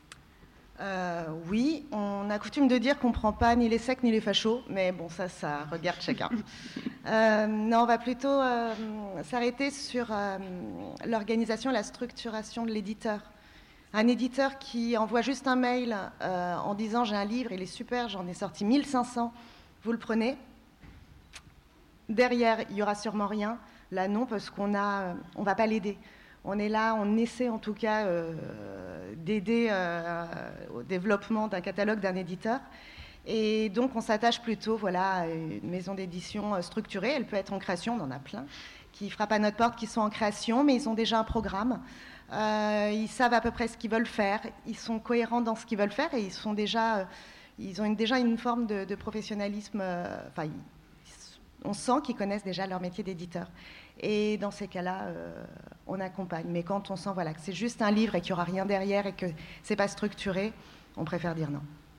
Oui, on a coutume de dire qu'on ne prend pas ni les secs ni les fachos, mais bon, ça regarde chacun. Non, on va plutôt s'arrêter sur l'organisation et la structuration de l'éditeur. Un éditeur qui envoie juste un mail en disant « j'ai un livre, il est super, j'en ai sorti 1500, vous le prenez ». Derrière, il n'y aura sûrement rien. Là, non, parce qu'on ne va pas l'aider. On est là, on essaie en tout cas d'aider au développement d'un catalogue d'un éditeur. Et donc, on s'attache plutôt à une maison d'édition structurée. Elle peut être en création, on en a plein, qui frappent à notre porte, qui sont en création, mais ils ont déjà un programme. Ils savent à peu près ce qu'ils veulent faire. Ils sont cohérents dans ce qu'ils veulent faire et ils ont déjà une forme de professionnalisme. On sent qu'ils connaissent déjà leur métier d'éditeur. Et dans ces cas-là, on accompagne. Mais quand on sent que c'est juste un livre et qu'il n'y aura rien derrière et que ce n'est pas structuré, on préfère dire non.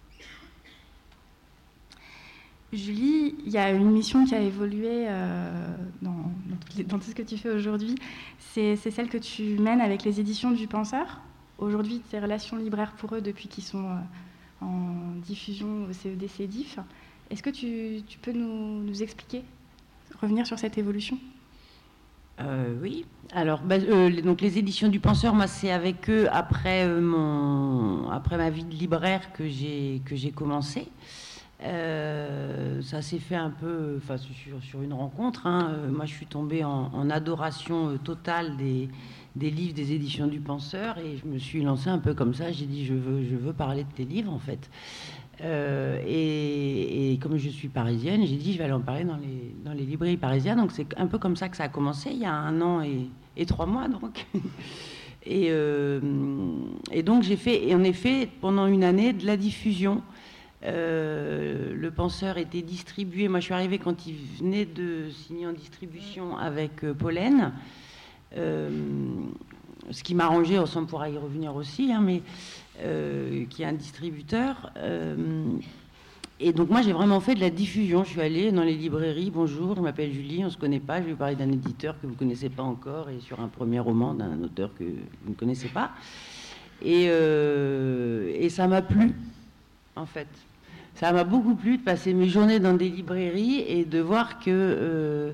Julie, il y a une mission qui a évolué dans tout ce que tu fais aujourd'hui. C'est celle que tu mènes avec les éditions du Penseur. Aujourd'hui, tes relations libraires pour eux depuis qu'ils sont en diffusion au CED-CEDIF. Est-ce que tu peux nous expliquer, revenir sur cette évolution ? Oui. Alors, donc les éditions du Penseur, moi, c'est avec eux après ma vie de libraire que j'ai commencé. Ça s'est fait un peu, sur une rencontre. Hein. Moi, je suis tombée en adoration totale des livres des éditions du Penseur et je me suis lancée un peu comme ça. J'ai dit, je veux parler de tes livres, en fait. Et comme je suis parisienne, j'ai dit je vais aller en parler dans les librairies parisiennes. Donc c'est un peu comme ça que ça a commencé, il y a 1 an et 3 mois donc. Et donc j'ai fait, en effet, pendant 1 année de la diffusion. Le Penseur était distribué. Moi je suis arrivée quand il venait de signer en distribution avec Pollen. Ce qui m'arrangeait, on pourra y revenir aussi, hein, mais qui est un distributeur. Et donc moi j'ai vraiment fait de la diffusion. Je suis allée dans les librairies. Bonjour, je m'appelle Julie, on ne se connaît pas. Je vais vous parler d'un éditeur que vous ne connaissez pas encore et sur un premier roman d'un auteur que vous ne connaissez pas. Et ça m'a plu, en fait. Ça m'a beaucoup plu de passer mes journées dans des librairies et de voir que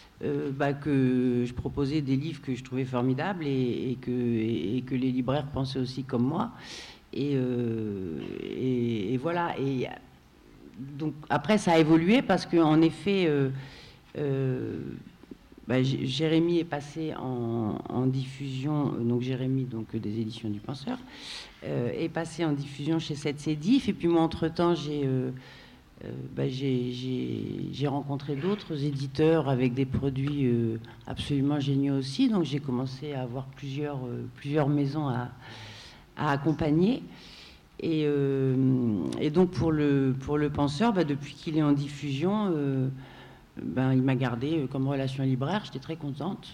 je proposais des livres que je trouvais formidables et que les libraires pensaient aussi comme moi. Et voilà. Et donc après, ça a évolué parce qu'en effet, Jérémy est passé en diffusion, donc Jérémy des éditions du Penseur, est passé en diffusion chez 7C Diff, et puis moi entre-temps j'ai rencontré d'autres éditeurs avec des produits absolument géniaux aussi, donc j'ai commencé à avoir plusieurs maisons à accompagner. Et donc pour le Penseur, depuis qu'il est en diffusion, il m'a gardé comme relation libraire, j'étais très contente.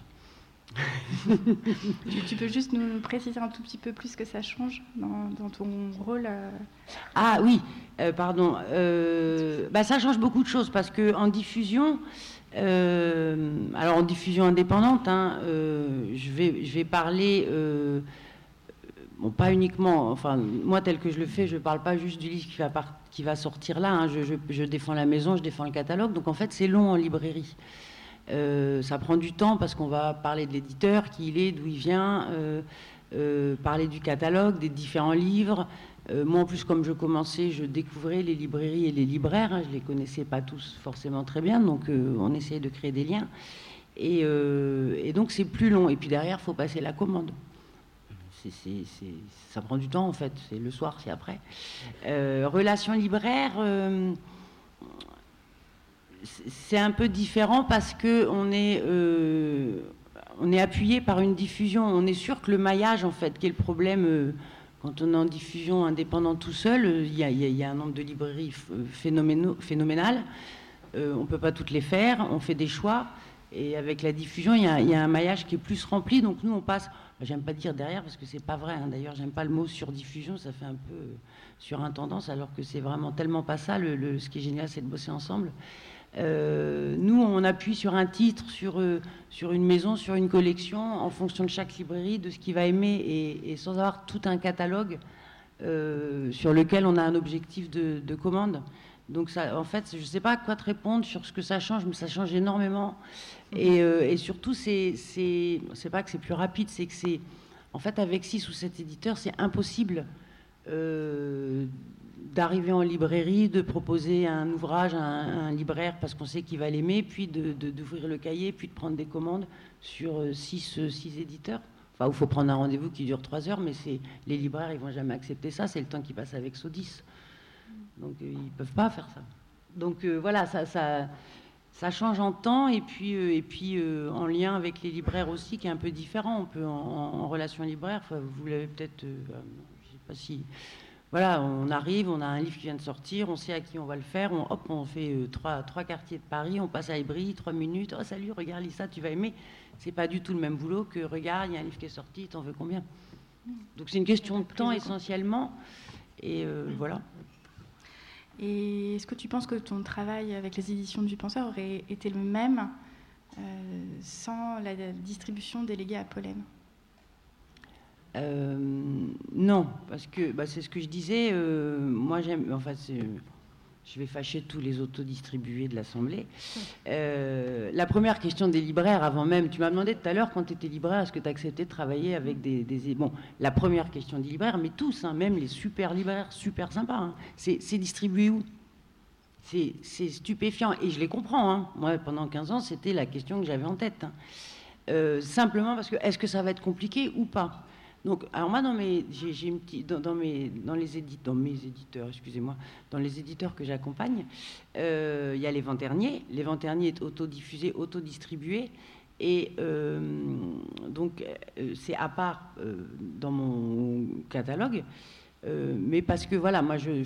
Tu peux juste nous préciser un tout petit peu plus ce que ça change dans ton rôle Ah oui, pardon. Ça change beaucoup de choses parce qu'en diffusion, alors en diffusion indépendante, je vais parler, pas uniquement, enfin moi tel que je le fais, je ne parle pas juste du livre qui va sortir là, je défends la maison, je défends le catalogue, donc en fait c'est long en librairie. Ça prend du temps parce qu'on va parler de l'éditeur, qui il est, d'où il vient, parler du catalogue, des différents livres. Moi, en plus, comme je commençais, je découvrais les librairies et les libraires. Je ne les connaissais pas tous forcément très bien, donc on essayait de créer des liens. Et donc, c'est plus long. Et puis derrière, il faut passer la commande. Ça prend du temps, en fait. C'est le soir, c'est après. Relation libraire... c'est un peu différent parce qu'on est appuyé par une diffusion. On est sûr que le maillage, en fait, qui est le problème quand on est en diffusion indépendante tout seul, il y a un nombre de librairies phénoménal. On ne peut pas toutes les faire, on fait des choix. Et avec la diffusion, il y a un maillage qui est plus rempli. Donc nous, on passe, j'aime pas dire derrière parce que c'est pas vrai. D'ailleurs, j'aime pas le mot surdiffusion, ça fait un peu surintendance, alors que c'est vraiment tellement pas ça. Ce qui est génial, c'est de bosser ensemble. Nous, on appuie sur un titre, sur une maison, sur une collection, en fonction de chaque librairie, de ce qu'il va aimer, et sans avoir tout un catalogue sur lequel on a un objectif de commande. Donc, ça, en fait, je ne sais pas à quoi te répondre sur ce que ça change, mais ça change énormément. Et surtout, c'est pas que c'est plus rapide, c'est que c'est... En fait, avec 6 ou 7 éditeurs, c'est impossible d'arriver en librairie, de proposer un ouvrage à un libraire parce qu'on sait qu'il va l'aimer, puis d'ouvrir le cahier, puis de prendre des commandes sur 6 éditeurs. Enfin, il faut prendre un rendez-vous qui dure 3 heures, mais les libraires, ils ne vont jamais accepter ça, c'est le temps qu'ils passent avec Sodis. Donc, ils ne peuvent pas faire ça. Donc, voilà, ça change en temps, et puis en lien avec les libraires aussi, qui est un peu différent. On peut, en relation libraire, vous l'avez peut-être... je ne sais pas si... Voilà, on arrive, on a un livre qui vient de sortir, on sait à qui on va le faire, on fait 3 quartiers de Paris, on passe à Ivry, 3 minutes, oh salut, regarde Lisa, tu vas aimer. C'est pas du tout le même boulot que regarde, il y a un livre qui est sorti, t'en veux combien? Donc c'est une question de temps essentiellement, et voilà. Et est-ce que tu penses que ton travail avec les éditions du Penseur aurait été le même sans la distribution déléguée à Pollen? Non, parce que c'est ce que je disais. Moi, j'aime. Enfin, je vais fâcher tous les autodistribués de l'Assemblée. La première question des libraires, avant même, tu m'as demandé tout à l'heure, quand tu étais libraire, est-ce que tu acceptais de travailler avec des... Bon, la première question des libraires, mais tous, même les super libraires, super sympas, c'est distribué où? C'est stupéfiant, et je les comprends. Moi, pendant 15 ans, c'était la question que j'avais en tête. Simplement parce que, est-ce que ça va être compliqué ou pas? Donc, alors moi, dans mes éditeurs que j'accompagne, il y a Les Vents Derniers. Les Vents Derniers est autodiffusé, autodistribué, et donc c'est à part dans mon catalogue. Mais parce que voilà,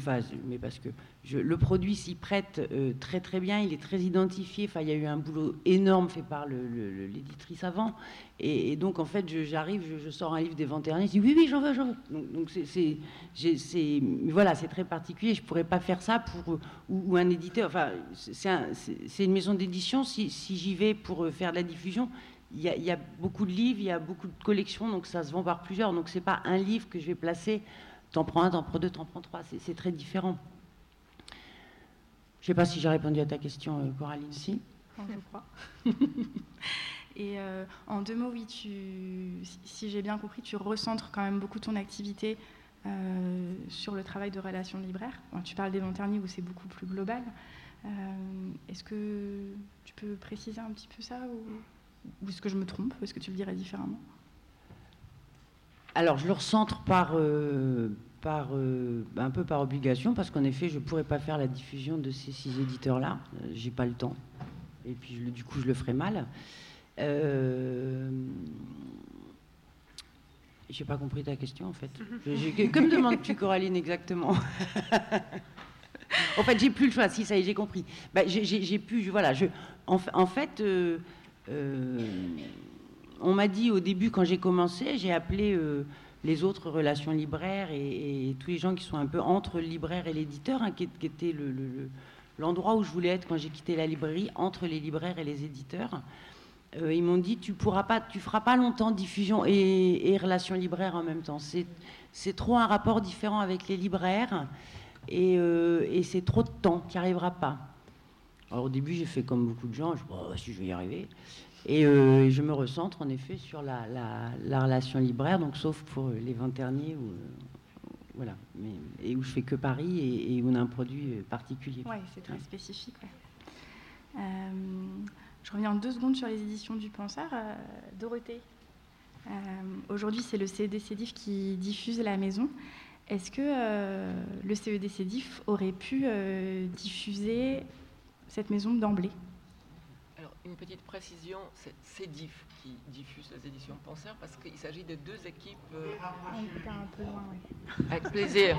le produit s'y prête très très bien, il est très identifié. Enfin, il y a eu un boulot énorme fait par l'éditrice avant, et donc en fait, j'arrive, je sors un livre des Vents Derniers, je dis oui, j'en veux. Donc voilà, c'est très particulier. Je pourrais pas faire ça ou un éditeur. Enfin, c'est une maison d'édition. Si j'y vais pour faire de la diffusion, il y a beaucoup de livres, il y a beaucoup de collections, donc ça se vend par plusieurs. Donc c'est pas un livre que je vais placer. T'en prends 1, t'en prends 2, t'en prends 3. C'est très différent. Je ne sais pas si j'ai répondu à ta question, Coraline. Si. Je crois. Et en 2 mots, oui, si j'ai bien compris, tu recentres quand même beaucoup ton activité sur le travail de relation libraire. Bon, tu parles des Vents Derniers où c'est beaucoup plus global. Est-ce que tu peux préciser un petit peu ça ou... Ou est-ce que je me trompe? Est-ce que tu le dirais différemment? Alors, je le recentre un peu par obligation, parce qu'en effet, je ne pourrais pas faire la diffusion de ces 6 éditeurs-là. J'ai pas le temps. Et puis, du coup, je le ferai mal. J'ai pas compris ta question, en fait. Que me demandes-tu, Coraline, exactement? En fait, j'ai plus le choix. Si, ça y est, j'ai compris. Bah, j'ai pu... Voilà, en fait... on m'a dit au début, quand j'ai commencé, j'ai appelé les autres relations libraires et tous les gens qui sont un peu entre le libraire et l'éditeur, hein, qui était l'endroit où je voulais être quand j'ai quitté la librairie, entre les libraires et les éditeurs. Ils m'ont dit, tu feras pas longtemps diffusion et relations libraires en même temps. C'est trop un rapport différent avec les libraires et c'est trop de temps, tu n'y arriveras pas. Alors au début, j'ai fait comme beaucoup de gens, je me dis, oh, si je vais y arriver. Et je me recentre en effet sur la relation libraire, donc sauf pour les 20 derniers, voilà, et où je fais que Paris et où on a un produit particulier. Oui, c'est très spécifique. Ouais. Je reviens en 2 secondes sur les éditions du Penseur. Dorothée, aujourd'hui c'est le CED-CEDIF qui diffuse la maison. Est-ce que le CED-CEDIF aurait pu diffuser cette maison d'emblée? Alors, une petite précision, c'est CEDIF qui diffuse les éditions Penseur parce qu'il s'agit de 2 équipes... On est un peu loin, oui. Avec plaisir.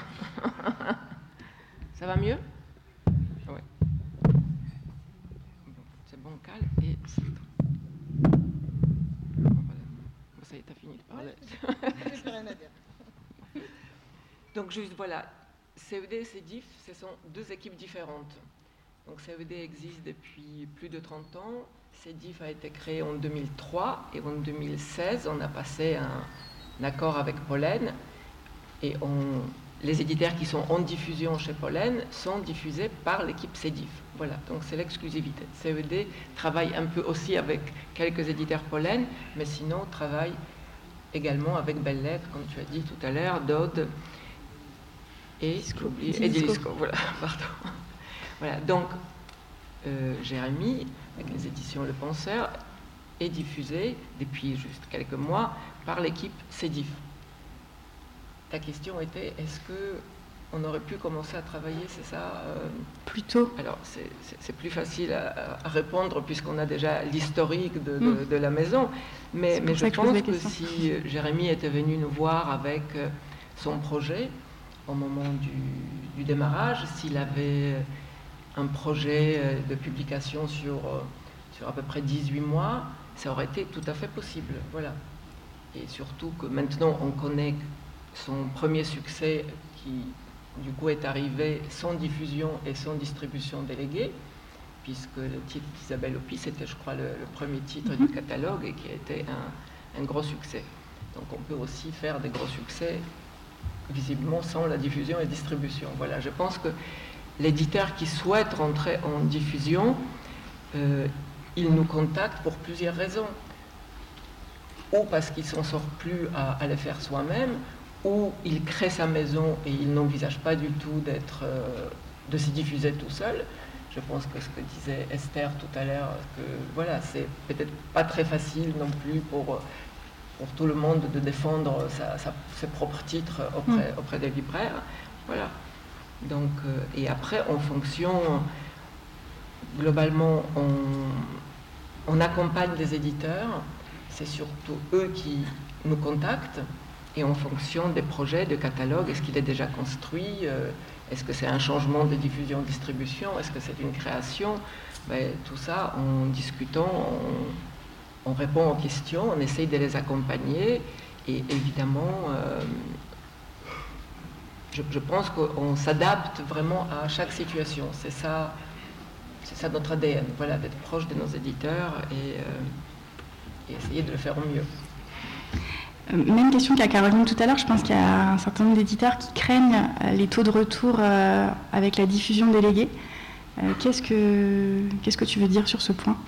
Ça va mieux? Oui. Bon, c'est bancal et... Voilà. Ça y est, t'as fini de parler. J'ai plus rien à dire. Donc, juste voilà, CED et CEDIF, ce sont 2 équipes différentes. Donc CED existe depuis plus de 30 ans. CEDIF a été créé en 2003 et en 2016, on a passé un accord avec Pollen et les éditeurs qui sont en diffusion chez Pollen sont diffusés par l'équipe CEDIF. Voilà, donc c'est l'exclusivité. CED travaille un peu aussi avec quelques éditeurs Pollen, mais sinon travaille également avec Belles Lettres, comme tu as dit tout à l'heure, Dode et Dilisco. Voilà, pardon. Voilà, donc Jérémie, avec les éditions Le Penseur, est diffusé depuis juste quelques mois par l'équipe CEDIF. Ta question était, est-ce qu'on aurait pu commencer à travailler, c'est ça Plus tôt. Alors, c'est plus facile à répondre puisqu'on a déjà l'historique de la maison, mais je pense que si Jérémie était venu nous voir avec son projet au moment du démarrage, s'il avait un projet de publication sur à peu près 18 mois, ça aurait été tout à fait possible. Voilà. Et surtout que maintenant, on connaît son premier succès qui, du coup, est arrivé sans diffusion et sans distribution déléguée, puisque le titre d'Isabelle Hopi, c'était, je crois, le premier titre du catalogue et qui a été un gros succès. Donc, on peut aussi faire des gros succès, visiblement, sans la diffusion et distribution. Voilà. Je pense que l'éditeur qui souhaite rentrer en diffusion, il nous contacte pour plusieurs raisons. Ou parce qu'il ne s'en sort plus à le faire soi-même, ou il crée sa maison et il n'envisage pas du tout de s'y diffuser tout seul. Je pense que ce que disait Esther tout à l'heure, que voilà, c'est peut-être pas très facile non plus pour tout le monde de défendre ses propres titres auprès des libraires. Voilà. Donc, et après, en fonction, globalement, on accompagne les éditeurs, c'est surtout eux qui nous contactent, et en fonction des projets de catalogue, est-ce qu'il est déjà construit, est-ce que c'est un changement de diffusion-distribution, est-ce que c'est une création, ben, tout ça, en discutant, on répond aux questions, on essaye de les accompagner, et évidemment... Je pense qu'on s'adapte vraiment à chaque situation. C'est ça notre ADN, voilà, d'être proche de nos éditeurs et essayer de le faire au mieux. Même question qu'à Caroline tout à l'heure. Je pense qu'il y a un certain nombre d'éditeurs qui craignent les taux de retour avec la diffusion déléguée. Qu'est-ce que tu veux dire sur ce point?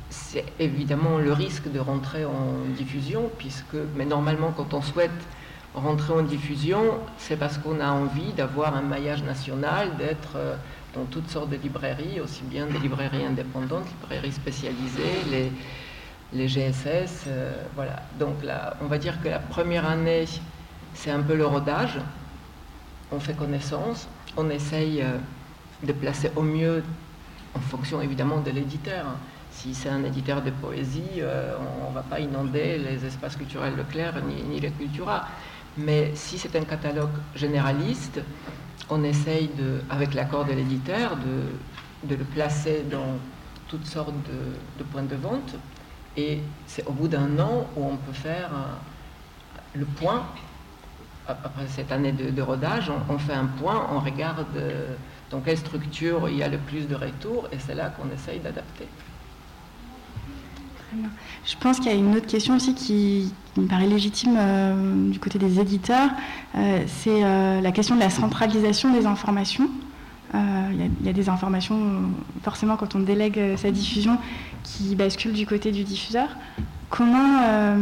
C'est évidemment le risque de rentrer en diffusion, mais normalement, quand on souhaite rentrer en diffusion, c'est parce qu'on a envie d'avoir un maillage national, d'être dans toutes sortes de librairies, aussi bien des librairies indépendantes, librairies spécialisées, les GSS, voilà. Donc là, on va dire que la première année, c'est un peu le rodage. On fait connaissance, on essaye de placer au mieux, en fonction évidemment de l'éditeur. Si c'est un éditeur de poésie, on ne va pas inonder les espaces culturels Leclerc ni les Cultura. Mais si c'est un catalogue généraliste, on essaye, avec l'accord de l'éditeur, de le placer dans toutes sortes de points de vente. Et c'est au bout d'un an où on peut faire le point. Après cette année de rodage, on fait un point, on regarde dans quelle structure il y a le plus de retours, et c'est là qu'on essaye d'adapter. Très bien. Je pense qu'il y a une autre question aussi qui me paraît légitime du côté des éditeurs, c'est la question de la centralisation des informations. Il y a des informations, forcément, quand on délègue sa diffusion, qui basculent du côté du diffuseur. Comment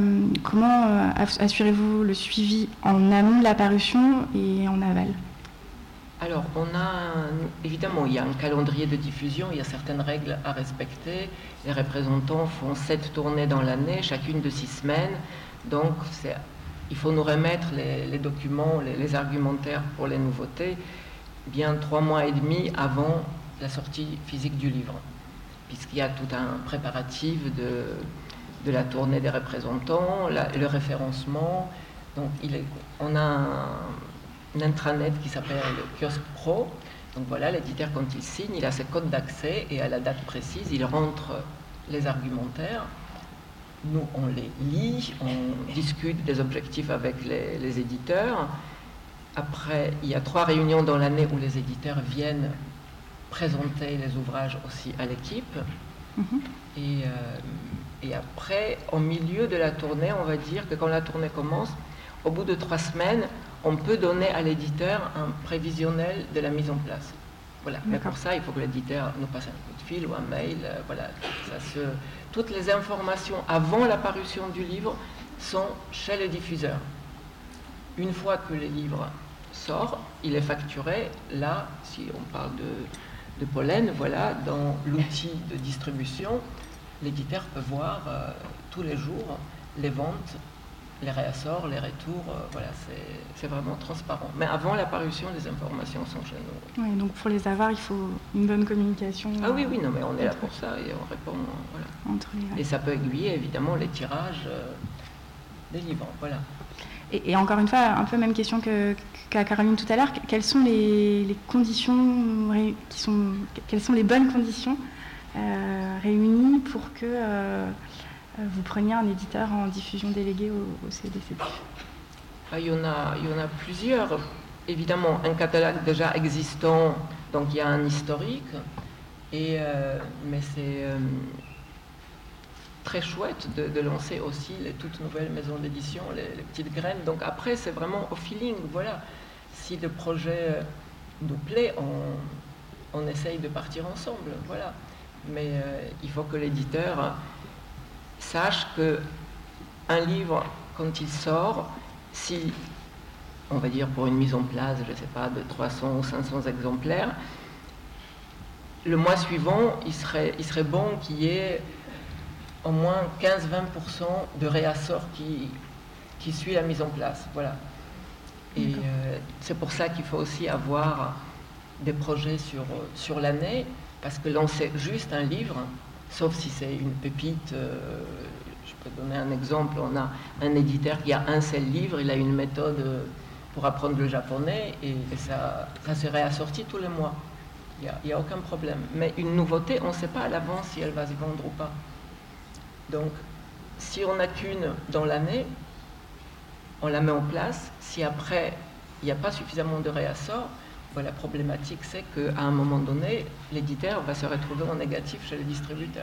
assurez-vous le suivi en amont de la parution et en aval? Alors, évidemment, il y a un calendrier de diffusion, il y a certaines règles à respecter. Les représentants font 7 tournées dans l'année, chacune de 6 semaines. Donc, il faut nous remettre les documents, les argumentaires pour les nouveautés, bien 3 mois et demi avant la sortie physique du livre, puisqu'il y a tout un préparatif de la tournée des représentants, le référencement. Donc, on a un intranet qui s'appelle le Kiosque Pro. Donc voilà, l'éditeur, quand il signe, il a ses codes d'accès et à la date précise, il rentre les argumentaires. Nous, on les lit, on discute des objectifs avec les éditeurs. Après, il y a 3 réunions dans l'année où les éditeurs viennent présenter les ouvrages aussi à l'équipe. Et après, au milieu de la tournée, on va dire que quand la tournée commence, au bout de 3 semaines, on peut donner à l'éditeur un prévisionnel de la mise en place. Voilà. Mais pour ça, il faut que l'éditeur nous passe un coup de fil ou un mail. Voilà. Toutes les informations avant la parution du livre sont chez le diffuseur. Une fois que le livre sort, il est facturé. Là, si on parle de Pollen, voilà, dans l'outil de distribution, l'éditeur peut voir tous les jours les ventes, les réassorts, les retours, voilà, c'est vraiment transparent. Mais avant la parution, les informations sont chez nous. Oui, donc pour les avoir, il faut une bonne communication. Ah oui, non, mais on est là pour ça et on répond, voilà. Et ça peut aiguiller, évidemment, les tirages des livres, voilà. Et encore une fois, un peu même question qu'à Caroline tout à l'heure, quelles sont les conditions, quelles sont les bonnes conditions réunies pour que vous preniez un éditeur en diffusion déléguée au CDCD? Il y en a plusieurs. Évidemment, un catalogue déjà existant, donc il y a un historique, mais c'est très chouette de lancer aussi les toutes nouvelles maisons d'édition, les petites graines. Donc après, c'est vraiment au feeling, voilà. Si le projet nous plaît, on essaye de partir ensemble, voilà. Mais il faut que l'éditeur sache qu'un livre, quand il sort, si, on va dire pour une mise en place, je ne sais pas, de 300 ou 500 exemplaires, le mois suivant, il serait bon qu'il y ait au moins 15-20% de réassort qui suit la mise en place, voilà. Et c'est pour ça qu'il faut aussi avoir des projets sur l'année, parce que lancer juste un livre, sauf si c'est une pépite, je peux donner un exemple, on a un éditeur qui a un seul livre, il a une méthode pour apprendre le japonais, et ça se réassortit tous les mois. Il n'y a aucun problème. Mais une nouveauté, on ne sait pas à l'avance si elle va se vendre ou pas. Donc, si on n'a qu'une dans l'année, on la met en place. Si après, il n'y a pas suffisamment de réassort, la problématique, c'est qu'à un moment donné, l'éditeur va se retrouver en négatif chez le distributeur.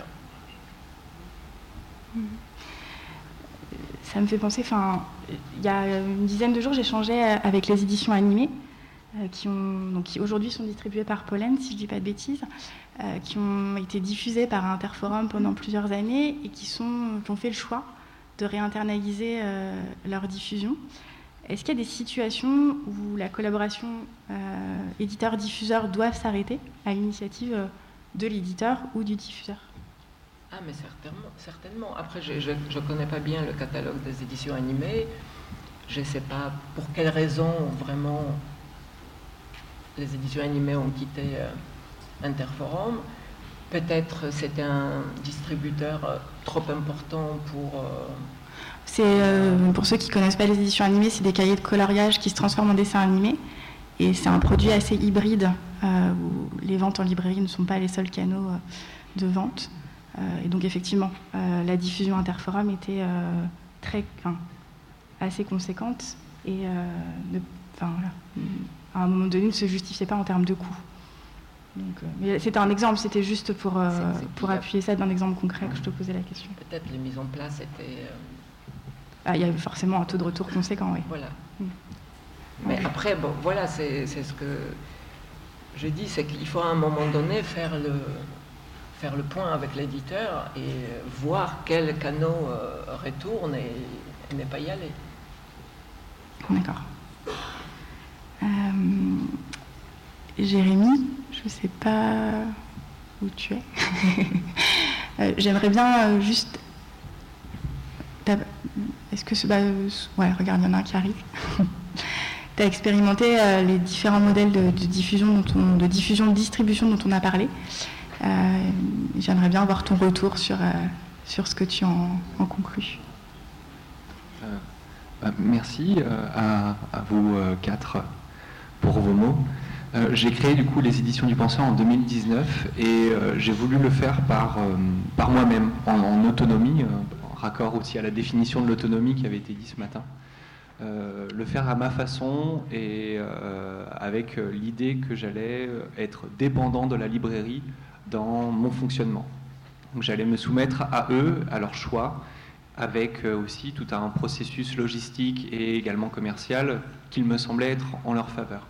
Ça me fait penser, il y a une dizaine de jours, j'échangeais avec les éditions animées, qui aujourd'hui sont distribuées par Pollen, si je ne dis pas de bêtises, qui ont été diffusées par Interforum pendant plusieurs années et qui ont fait le choix de réinternaliser leur diffusion. Est-ce qu'il y a des situations où la collaboration éditeur-diffuseur doivent s'arrêter à l'initiative de l'éditeur ou du diffuseur? Ah, mais certainement. Après, je ne connais pas bien le catalogue des éditions animées. Je ne sais pas pour quelles raisons vraiment les éditions animées ont quitté Interforum. Peut-être c'était un distributeur trop important pour... Pour ceux qui ne connaissent pas les éditions animées, c'est des cahiers de coloriage qui se transforment en dessins animés. Et c'est un produit assez hybride, où les ventes en librairie ne sont pas les seuls canaux de vente. Et donc effectivement, la diffusion Interforum était assez conséquente et à un moment donné ne se justifiait pas en termes de coûts. Mais c'était un exemple, c'était juste pour appuyer ça d'un exemple concret que je te posais la question. Peut-être les mises en place étaient... il y avait forcément un taux de retour conséquent, oui. Voilà. Mais après, bon, voilà, c'est ce que je dis, c'est qu'il faut à un moment donné faire le point avec l'éditeur et voir quel canot retourne et ne pas y aller. D'accord. Jérémy, je ne sais pas où tu es. J'aimerais bien juste... Est-ce que ouais, regarde, il y en a un qui arrive. Tu as expérimenté les différents modèles de distribution dont on a parlé. J'aimerais bien avoir ton retour sur ce que tu en conclus. Merci à vous quatre pour vos mots. J'ai créé du coup les éditions du Penseur en 2019 et j'ai voulu le faire par moi-même, en autonomie, raccord aussi à la définition de l'autonomie qui avait été dit ce matin. Le faire à ma façon et avec l'idée que j'allais être dépendant de la librairie dans mon fonctionnement. Donc j'allais me soumettre à eux, à leur choix, avec aussi tout un processus logistique et également commercial qu'il me semblait être en leur faveur.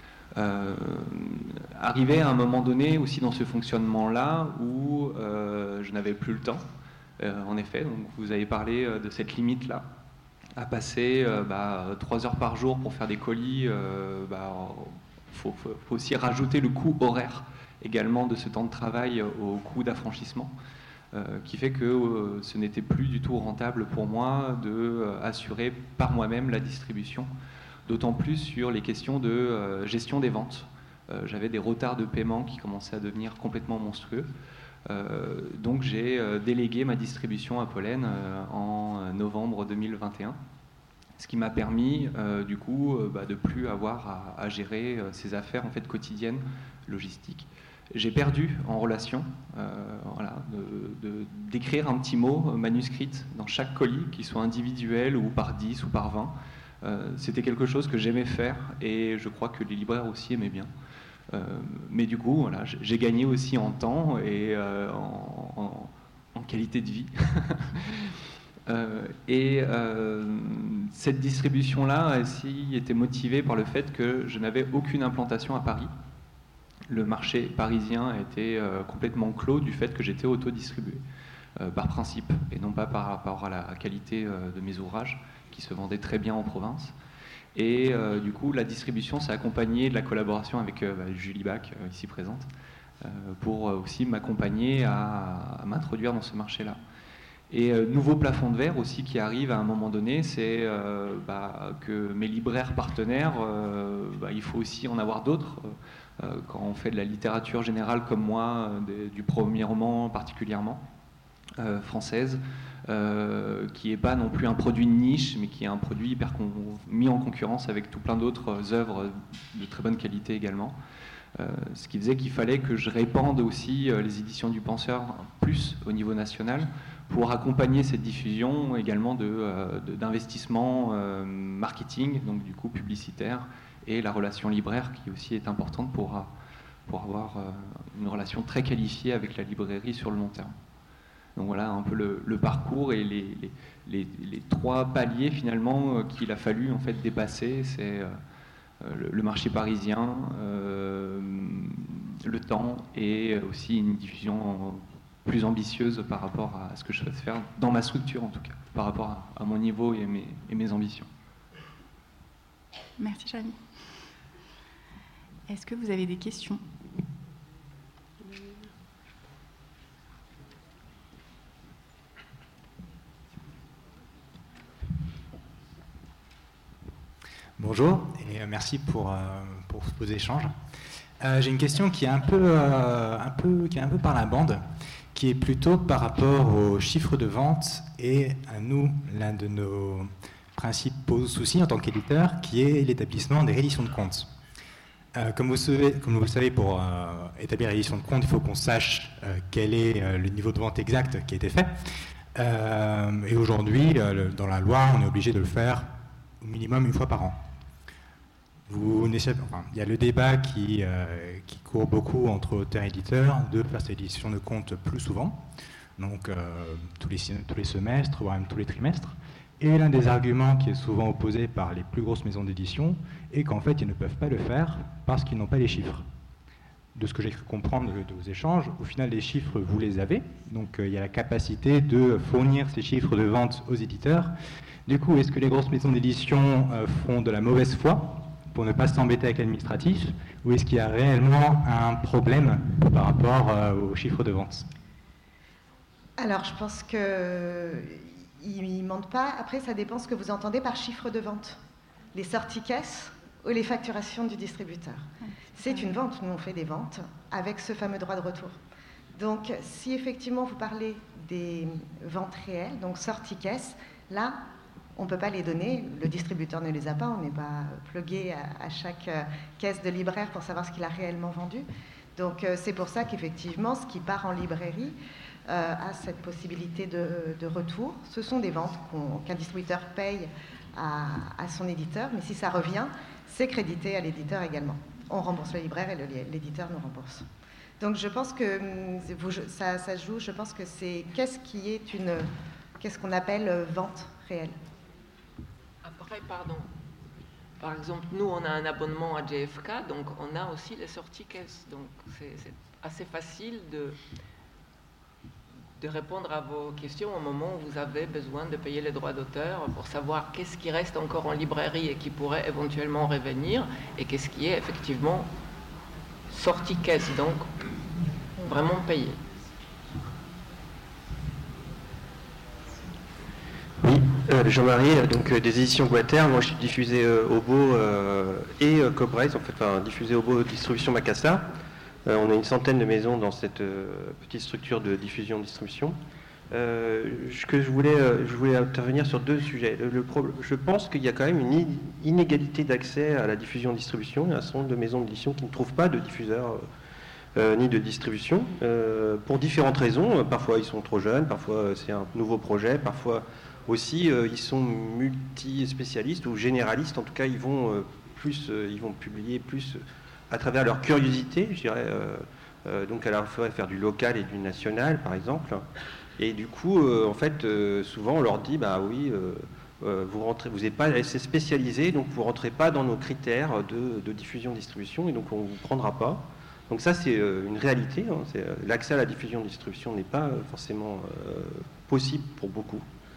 Arrivé à un moment donné aussi dans ce fonctionnement-là où je n'avais plus le temps, en effet, donc vous avez parlé de cette limite-là, à passer 3 heures par jour pour faire des colis, faut aussi rajouter le coût horaire également de ce temps de travail au coût d'affranchissement, qui fait que ce n'était plus du tout rentable pour moi d'assurer par moi-même la distribution, d'autant plus sur les questions de gestion des ventes. J'avais des retards de paiement qui commençaient à devenir complètement monstrueux. Donc j'ai délégué ma distribution à Pollen en novembre 2021, ce qui m'a permis du coup de plus avoir à gérer ces affaires en fait quotidiennes, logistiques. J'ai perdu en relation, d'écrire un petit mot manuscrit dans chaque colis, qu'il soit individuel ou par 10 ou par 20. C'était quelque chose que j'aimais faire et je crois que les libraires aussi aimaient bien. Mais du coup, voilà, j'ai gagné aussi en temps et en qualité de vie. Cette distribution-là aussi était motivée par le fait que je n'avais aucune implantation à Paris. Le marché parisien était complètement clos du fait que j'étais auto-distribué, par principe, et non pas par rapport à la qualité de mes ouvrages, qui se vendaient très bien en province. Et du coup, la distribution s'est accompagnée de la collaboration avec Julie Bach, ici présente, pour aussi m'accompagner à m'introduire dans ce marché-là. Et nouveau plafond de verre aussi qui arrive à un moment donné, c'est que mes libraires partenaires, il faut aussi en avoir d'autres. Quand on fait de la littérature générale comme moi, du premier roman particulièrement, française, qui n'est pas non plus un produit de niche, mais qui est un produit mis en concurrence avec tout plein d'autres œuvres de très bonne qualité également. Ce qui faisait qu'il fallait que je répande aussi les éditions du Penseur plus au niveau national pour accompagner cette diffusion également d'investissement marketing, donc du coup publicitaire, et la relation libraire qui aussi est importante pour avoir une relation très qualifiée avec la librairie sur le long terme. Donc voilà un peu le parcours et les 3 paliers finalement qu'il a fallu en fait dépasser. C'est le marché parisien, le temps et aussi une diffusion plus ambitieuse par rapport à ce que je souhaite faire dans ma structure en tout cas, par rapport à mon niveau et mes ambitions. Merci, Jérémy. Est-ce que vous avez des questions ? Bonjour et merci pour vos échanges. J'ai une question qui est un peu par la bande, qui est plutôt par rapport aux chiffres de vente et à nous, l'un de nos principaux soucis en tant qu'éditeur, qui est l'établissement des redditions de comptes. Comme vous le savez, pour établir la reddition de compte, il faut qu'on sache quel est le niveau de vente exact qui a été fait. Et aujourd'hui, dans la loi, on est obligé de le faire au minimum une fois par an. Il y a le débat qui court beaucoup entre auteurs et éditeurs de faire cette édition de compte plus souvent, donc tous les semestres, voire même tous les trimestres. Et l'un des arguments qui est souvent opposé par les plus grosses maisons d'édition est qu'en fait, ils ne peuvent pas le faire parce qu'ils n'ont pas les chiffres. De ce que j'ai cru comprendre de vos échanges, au final, les chiffres, vous les avez. Donc, il y a la capacité de fournir ces chiffres de vente aux éditeurs. Du coup, est-ce que les grosses maisons d'édition font de la mauvaise foi pour ne pas s'embêter avec l'administratif, ou est-ce qu'il y a réellement un problème par rapport aux chiffres de vente ? Alors, je pense que ils ne mentent pas. Après, ça dépend ce que vous entendez par chiffre de vente. Les sorties caisses ou les facturations du distributeur. C'est une vente. Nous, on fait des ventes avec ce fameux droit de retour. Donc, si effectivement vous parlez des ventes réelles, donc sorties caisses, là, on ne peut pas les donner. Le distributeur ne les a pas. On n'est pas plugué à chaque caisse de libraire pour savoir ce qu'il a réellement vendu. Donc, c'est pour ça qu'effectivement, ce qui part en librairie a cette possibilité de retour. Ce sont des ventes qu'un distributeur paye à son éditeur, mais si ça revient, c'est crédité à l'éditeur également. On rembourse le libraire et l'éditeur nous rembourse. Donc je pense que ça joue, je pense que c'est qu'est-ce qu'on appelle vente réelle. Après, pardon. Par exemple, nous, on a un abonnement à JFK, donc on a aussi les sorties caisses. Donc c'est assez facile de répondre à vos questions au moment où vous avez besoin de payer les droits d'auteur pour savoir qu'est-ce qui reste encore en librairie et qui pourrait éventuellement revenir et qu'est-ce qui est effectivement sorti caisse, donc vraiment payé. Oui, Jean-Marie, donc des éditions Guater. Moi je suis diffusé Obo et Cobraise, en fait, diffusé Obo distribution Macassar. On a une centaine de maisons dans cette petite structure de diffusion-distribution. Je voulais intervenir sur deux sujets. Je pense qu'il y a quand même une inégalité d'accès à la diffusion-distribution. Il y a un certain nombre de maisons d'édition qui ne trouvent pas de diffuseurs ni de distribution, pour différentes raisons. Parfois ils sont trop jeunes, parfois c'est un nouveau projet, parfois aussi ils sont multi-spécialistes ou généralistes. En tout cas, ils vont publier plus à travers leur curiosité, je dirais, donc à leur faire du local et du national, par exemple. Et du coup, en fait, souvent on leur dit, bah oui, vous n'êtes pas assez spécialisé, donc vous ne rentrez pas dans nos critères de diffusion-distribution, et donc on ne vous prendra pas. Donc ça, c'est une réalité. L'accès à la diffusion-distribution n'est pas forcément possible pour beaucoup.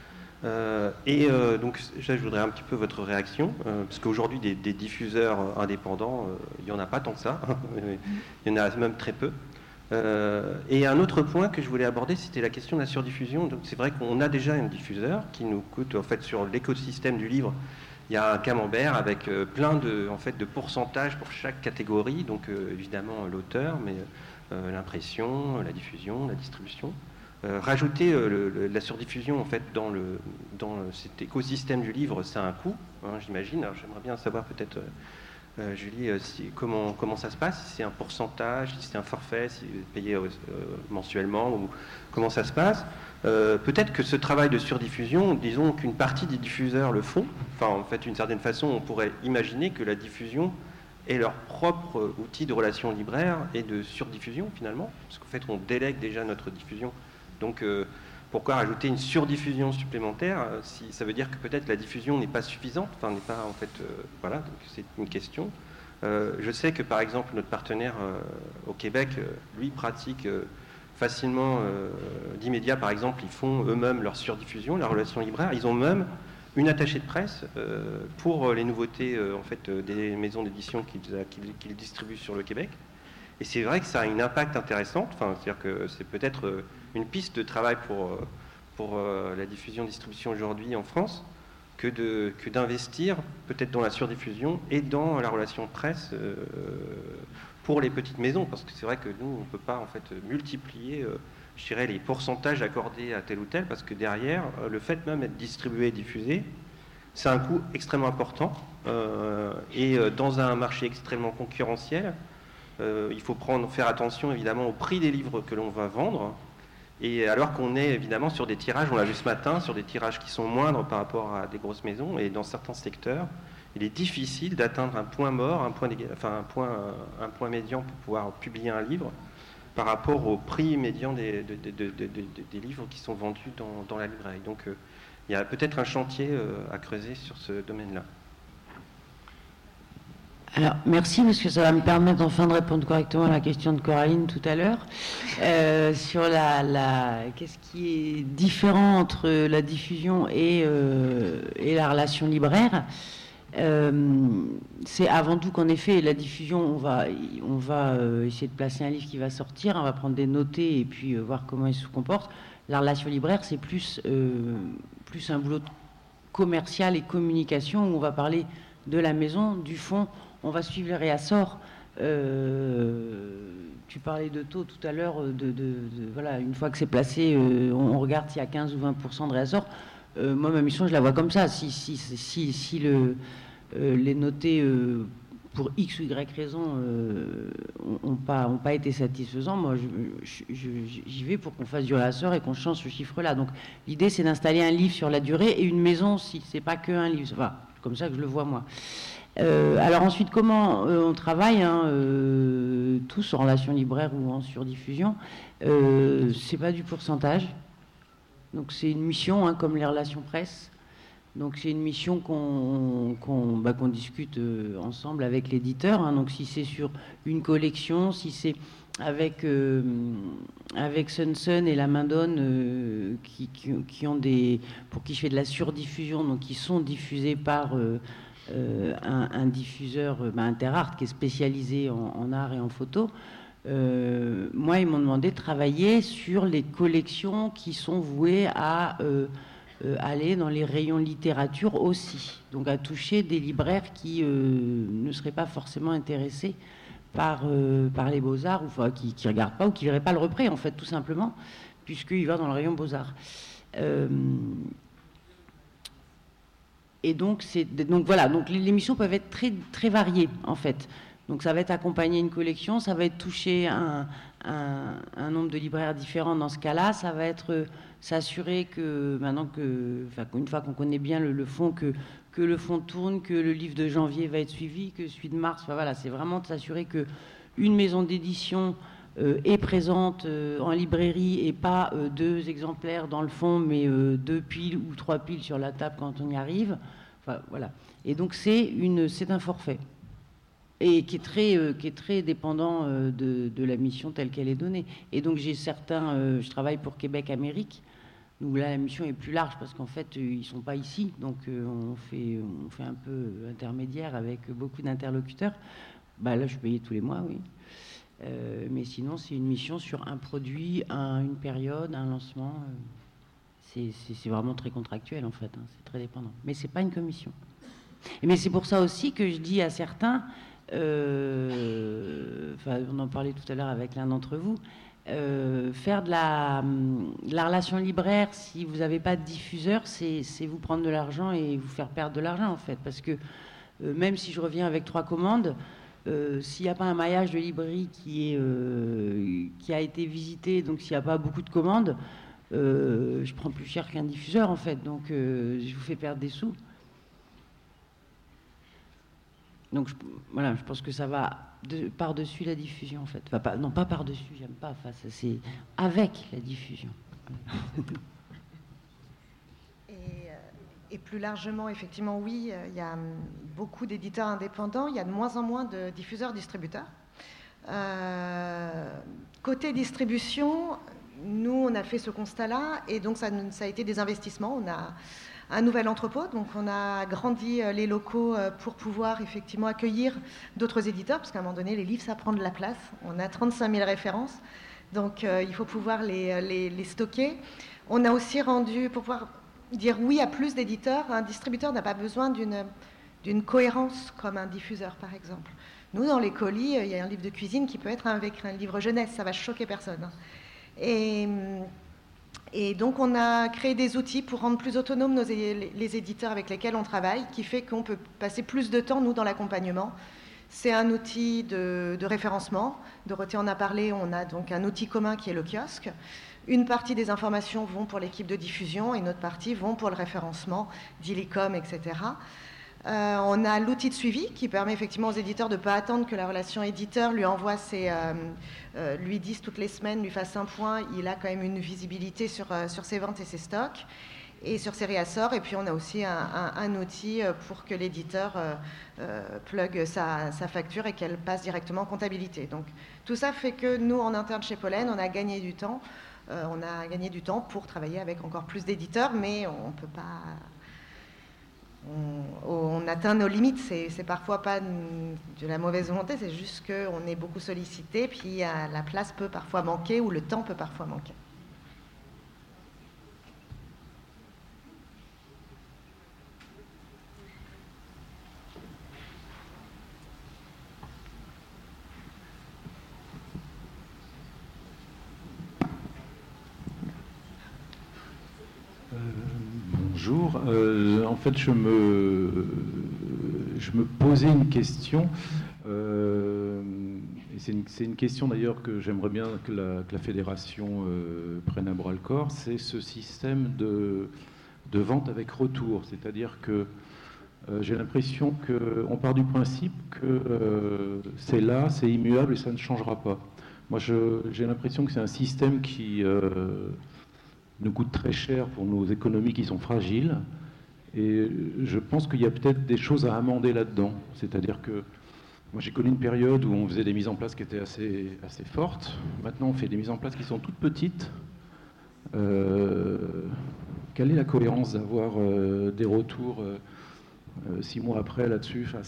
Donc je voudrais un petit peu votre réaction, parce qu'aujourd'hui des diffuseurs indépendants, il n'y en a pas tant que ça, il y en a même très peu. Et un autre point que je voulais aborder, c'était la question de la surdiffusion. Donc c'est vrai qu'on a déjà un diffuseur qui nous coûte, en fait, sur l'écosystème du livre, il y a un camembert avec plein de pourcentages pour chaque catégorie, donc évidemment l'auteur, mais l'impression, la diffusion, la distribution. Rajouter la surdiffusion en fait dans cet écosystème du livre, c'est un coût, hein, j'imagine. Alors j'aimerais bien savoir peut-être, Julie, comment ça se passe, si c'est un pourcentage, si c'est un forfait, si c'est payé mensuellement, ou comment ça se passe. Peut-être que ce travail de surdiffusion, disons qu'une partie des diffuseurs le font. Enfin, en fait, d'une certaine façon, on pourrait imaginer que la diffusion est leur propre outil de relation libraire et de surdiffusion finalement, parce qu'en fait, on délègue déjà notre diffusion. Donc, pourquoi rajouter une surdiffusion supplémentaire si ça veut dire que peut-être la diffusion n'est pas suffisante, enfin n'est pas en fait, voilà, donc c'est une question. Je sais que par exemple notre partenaire au Québec, lui pratique facilement d'immédiat, par exemple, ils font eux-mêmes leur surdiffusion, la relation libraire. Ils ont même une attachée de presse pour les nouveautés en fait, des maisons d'édition qu'il distribue sur le Québec. Et c'est vrai que ça a un impact intéressant, c'est-à-dire que c'est peut-être une piste de travail pour la diffusion-distribution aujourd'hui en France, que d'investir peut-être dans la surdiffusion et dans la relation presse pour les petites maisons, parce que c'est vrai que nous, on ne peut pas en fait multiplier je dirais, les pourcentages accordés à tel ou tel, parce que derrière, le fait même d'être distribué et diffusé, c'est un coût extrêmement important. Et dans un marché extrêmement concurrentiel, il faut faire attention évidemment au prix des livres que l'on va vendre. Et alors qu'on est évidemment sur des tirages, on l'a vu ce matin, sur des tirages qui sont moindres par rapport à des grosses maisons, et dans certains secteurs, il est difficile d'atteindre un point mort, un point médian pour pouvoir publier un livre, par rapport au prix médian des livres qui sont vendus dans la librairie. Donc il y a peut-être un chantier à creuser sur ce domaine-là. Alors, merci, parce que ça va me permettre enfin de répondre correctement à la question de Coraline tout à l'heure. Sur qu'est-ce qui est différent entre la diffusion et la relation libraire. C'est avant tout qu'en effet la diffusion, on va essayer de placer un livre qui va sortir, on va prendre des notés et puis voir comment il se comporte. La relation libraire, c'est plus un boulot commercial et communication où on va parler de la maison, du fond, on va suivre les réassorts. Tu parlais de taux tout à l'heure, voilà, une fois que c'est placé, on regarde s'il y a 15 ou 20% de réassorts. Moi, ma mission, je la vois comme ça. Si les notés pour X ou Y raison n'ont pas été satisfaisants, moi, j'y vais pour qu'on fasse du réassort et qu'on change ce chiffre-là. Donc, l'idée, c'est d'installer un livre sur la durée et une maison, si c'est pas qu'un livre. Enfin, c'est comme ça que je le vois, moi. Alors ensuite, comment on travaille, tous en relation libraire ou en surdiffusion, c'est pas du pourcentage. Donc c'est une mission, comme les relations presse. Donc c'est une mission qu'on discute ensemble avec l'éditeur. Donc si c'est sur une collection, si c'est avec Sun et la Maindonne qui ont pour qui je fais de la surdiffusion, donc qui sont diffusés par un diffuseur Interart qui est spécialisé en art et en photo. Moi, ils m'ont demandé de travailler sur les collections qui sont vouées à aller dans les rayons littérature aussi, donc à toucher des libraires qui ne seraient pas forcément intéressés par les beaux-arts, ou enfin, qui ne regardent pas ou qui ne verraient pas le repré, en fait, tout simplement, puisqu'il va dans le rayon beaux-arts. Et donc voilà, donc les missions peuvent être très, très variées, en fait. Donc ça va être accompagner une collection, ça va être toucher un nombre de libraires différents dans ce cas-là, ça va être s'assurer que, une fois qu'on connaît bien le fond, que le fond tourne, que le livre de janvier va être suivi, que celui de mars, enfin voilà, c'est vraiment de s'assurer qu'une maison d'édition est présente en librairie et pas 2 exemplaires dans le fond, mais 2 piles ou 3 piles sur la table quand on y arrive. Enfin, voilà. Et donc c'est un forfait. Et qui est très dépendant de la mission telle qu'elle est donnée. Et donc j'ai je travaille pour Québec Amérique, où là la mission est plus large parce qu'en fait ils sont pas ici, donc on fait un peu intermédiaire avec beaucoup d'interlocuteurs. Là je suis payé tous les mois, oui. Mais sinon c'est une mission sur un produit, une période, un lancement. C'est vraiment très contractuel en fait, c'est très dépendant. Mais c'est pas une commission. Mais c'est pour ça aussi que je dis à certains. On en parlait tout à l'heure avec l'un d'entre vous, faire de la relation libraire, si vous n'avez pas de diffuseur, c'est vous prendre de l'argent et vous faire perdre de l'argent en fait, parce que même si je reviens avec 3 commandes, s'il n'y a pas un maillage de librairie qui a été visité, donc s'il n'y a pas beaucoup de commandes, je prends plus cher qu'un diffuseur en fait, donc je vous fais perdre des sous. Donc je pense que ça va par-dessus la diffusion en fait. Enfin, pas par-dessus, j'aime pas. Enfin, c'est avec la diffusion. Et plus largement, effectivement, oui, il y a beaucoup d'éditeurs indépendants. Il y a de moins en moins de diffuseurs-distributeurs. Côté distribution, nous, on a fait ce constat-là, et donc ça a été des investissements. On a un nouvel entrepôt. Donc on a agrandi les locaux pour pouvoir effectivement accueillir d'autres éditeurs, parce qu'à un moment donné, les livres, ça prend de la place. On a 35 000 références, donc il faut pouvoir les stocker. On a aussi rendu, pour pouvoir dire oui à plus d'éditeurs, un distributeur n'a pas besoin d'une cohérence comme un diffuseur, par exemple. Nous, dans les colis, il y a un livre de cuisine qui peut être avec un livre jeunesse, ça va choquer personne. Et donc, on a créé des outils pour rendre plus autonomes les éditeurs avec lesquels on travaille, qui fait qu'on peut passer plus de temps, nous, dans l'accompagnement. C'est un outil de référencement. Dorothée en a parlé, on a donc un outil commun qui est le kiosque. Une partie des informations vont pour l'équipe de diffusion et une autre partie vont pour le référencement, d'Illicom, etc. On a l'outil de suivi qui permet effectivement aux éditeurs de ne pas attendre que la relation éditeur lui envoie lui dise toutes les semaines, lui fasse un point. Il a quand même une visibilité sur ses ventes et ses stocks et sur ses réassorts. Et puis on a aussi un outil pour que l'éditeur plug sa facture et qu'elle passe directement en comptabilité. Donc tout ça fait que nous, en interne chez Pollen, on a gagné du temps. On a gagné du temps pour travailler avec encore plus d'éditeurs, mais on ne peut pas... On atteint nos limites, c'est parfois pas de la mauvaise volonté, c'est juste qu'on est beaucoup sollicité, puis la place peut parfois manquer ou le temps peut parfois manquer. Bonjour. En fait, je me posais une question. Et c'est une question d'ailleurs que j'aimerais bien que la fédération prenne à bras le corps. C'est ce système de vente avec retour. C'est-à-dire que j'ai l'impression qu'on part du principe que c'est là, c'est immuable et ça ne changera pas. Moi, j'ai l'impression que c'est un système qui nous coûte très cher pour nos économies qui sont fragiles. Et je pense qu'il y a peut-être des choses à amender là-dedans. C'est-à-dire que moi, j'ai connu une période où on faisait des mises en place qui étaient assez fortes. Maintenant, on fait des mises en place qui sont toutes petites. Quelle est la cohérence d'avoir des retours 6 mois après là-dessus? Enfin,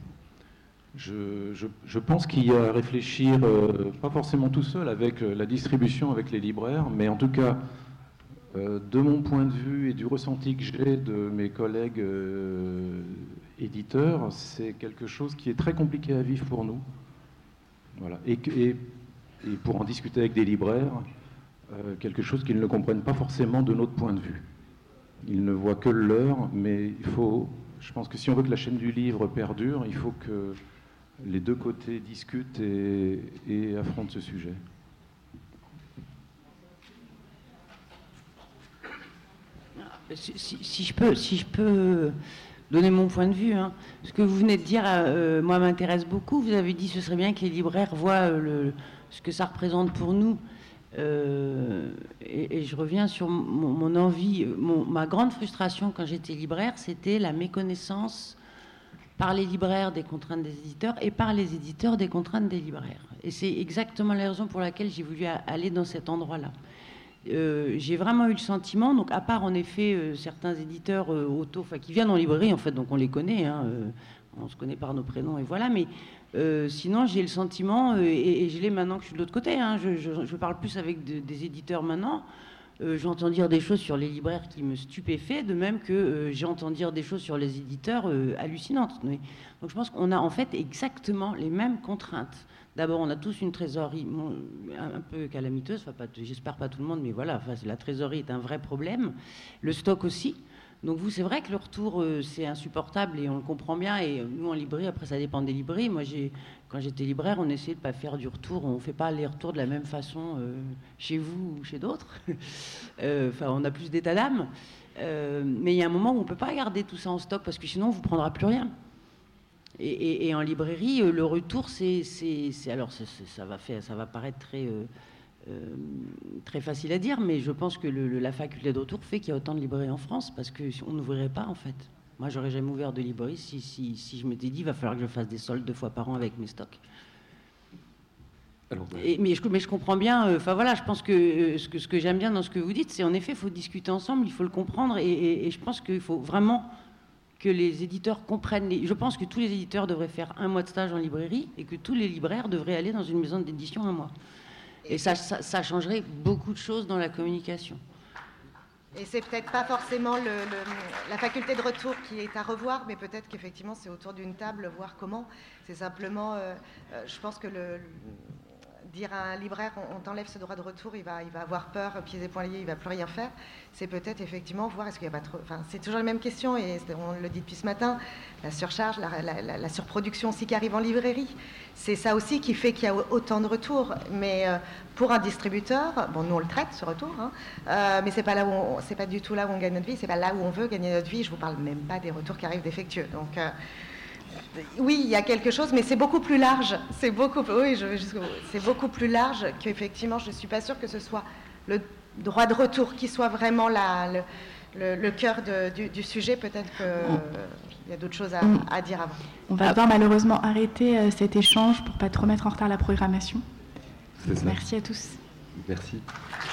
je pense qu'il y a à réfléchir, pas forcément tout seul, avec la distribution, avec les libraires, mais en tout cas, de mon point de vue et du ressenti que j'ai de mes collègues éditeurs, c'est quelque chose qui est très compliqué à vivre pour nous. Voilà. Et pour en discuter avec des libraires, quelque chose qu'ils ne comprennent pas forcément de notre point de vue. Ils ne voient que le leur, mais je pense que si on veut que la chaîne du livre perdure, il faut que les deux côtés discutent et affrontent ce sujet. Si je peux donner mon point de vue, hein. Ce que vous venez de dire, moi, m'intéresse beaucoup. Vous avez dit que ce serait bien que les libraires voient ce que ça représente pour nous. Et je reviens sur mon envie, ma grande frustration quand j'étais libraire, c'était la méconnaissance par les libraires des contraintes des éditeurs et par les éditeurs des contraintes des libraires. Et c'est exactement la raison pour laquelle j'ai voulu aller dans cet endroit-là. J'ai vraiment eu le sentiment, donc à part en effet certains éditeurs auto, qui viennent en librairie en fait, donc on les connaît, hein, on se connaît par nos prénoms et voilà, mais sinon j'ai le sentiment, et je l'ai maintenant que je suis de l'autre côté, hein, je parle plus avec des éditeurs maintenant, j'entends dire des choses sur les libraires qui me stupéfient, de même que j'entends dire des choses sur les éditeurs hallucinantes. Donc je pense qu'on a en fait exactement les mêmes contraintes. D'abord, on a tous une trésorerie un peu calamiteuse, j'espère pas tout le monde, mais voilà, la trésorerie est un vrai problème. Le stock aussi. Donc vous, c'est vrai que le retour, c'est insupportable et on le comprend bien. Et nous, en librairie, après, ça dépend des librairies. Moi, quand j'étais libraire, on essayait de pas faire du retour. On fait pas les retours de la même façon chez vous ou chez d'autres. On a plus d'état d'âme. Mais il y a un moment où on peut pas garder tout ça en stock parce que sinon, on vous prendra plus rien. Et en librairie, le retour, alors ça va paraître très facile à dire, mais je pense que la faculté de retour fait qu'il y a autant de librairies en France parce qu'on n'ouvrirait pas en fait. Moi, j'aurais jamais ouvert de librairie si je m'étais dit il va falloir que je fasse des soldes 2 fois par an avec mes stocks. Mais je comprends bien, enfin voilà, je pense que ce que j'aime bien dans ce que vous dites, c'est en effet, il faut discuter ensemble, il faut le comprendre, et je pense qu'il faut vraiment que les éditeurs comprennent. Je pense que tous les éditeurs devraient faire 1 mois de stage en librairie, et que tous les libraires devraient aller dans une maison d'édition 1 mois. Et ça changerait beaucoup de choses dans la communication. Et c'est peut-être pas forcément la faculté de retour qui est à revoir, mais peut-être qu'effectivement c'est autour d'une table, voir comment. C'est simplement, je pense que dire à un libraire on t'enlève ce droit de retour, il va avoir peur, pieds et poings liés, il va plus rien faire. C'est peut-être effectivement voir est-ce qu'il n'y a pas trop. Enfin, c'est toujours la même question et on le dit depuis ce matin. La surcharge, la surproduction aussi qui arrive en librairie, c'est ça aussi qui fait qu'il y a autant de retours. Mais pour un distributeur, bon, nous on le traite ce retour, hein, mais c'est pas du tout là où on gagne notre vie, c'est pas là où on veut gagner notre vie. Je vous parle même pas des retours qui arrivent défectueux. Donc oui, il y a quelque chose, mais c'est beaucoup plus large. C'est beaucoup plus large qu'effectivement, je ne suis pas sûre que ce soit le droit de retour qui soit vraiment le cœur du sujet. Peut-être qu'il y a d'autres choses à dire avant. On va devoir malheureusement arrêter cet échange pour ne pas trop mettre en retard la programmation. C'est ça. Merci à tous. Merci.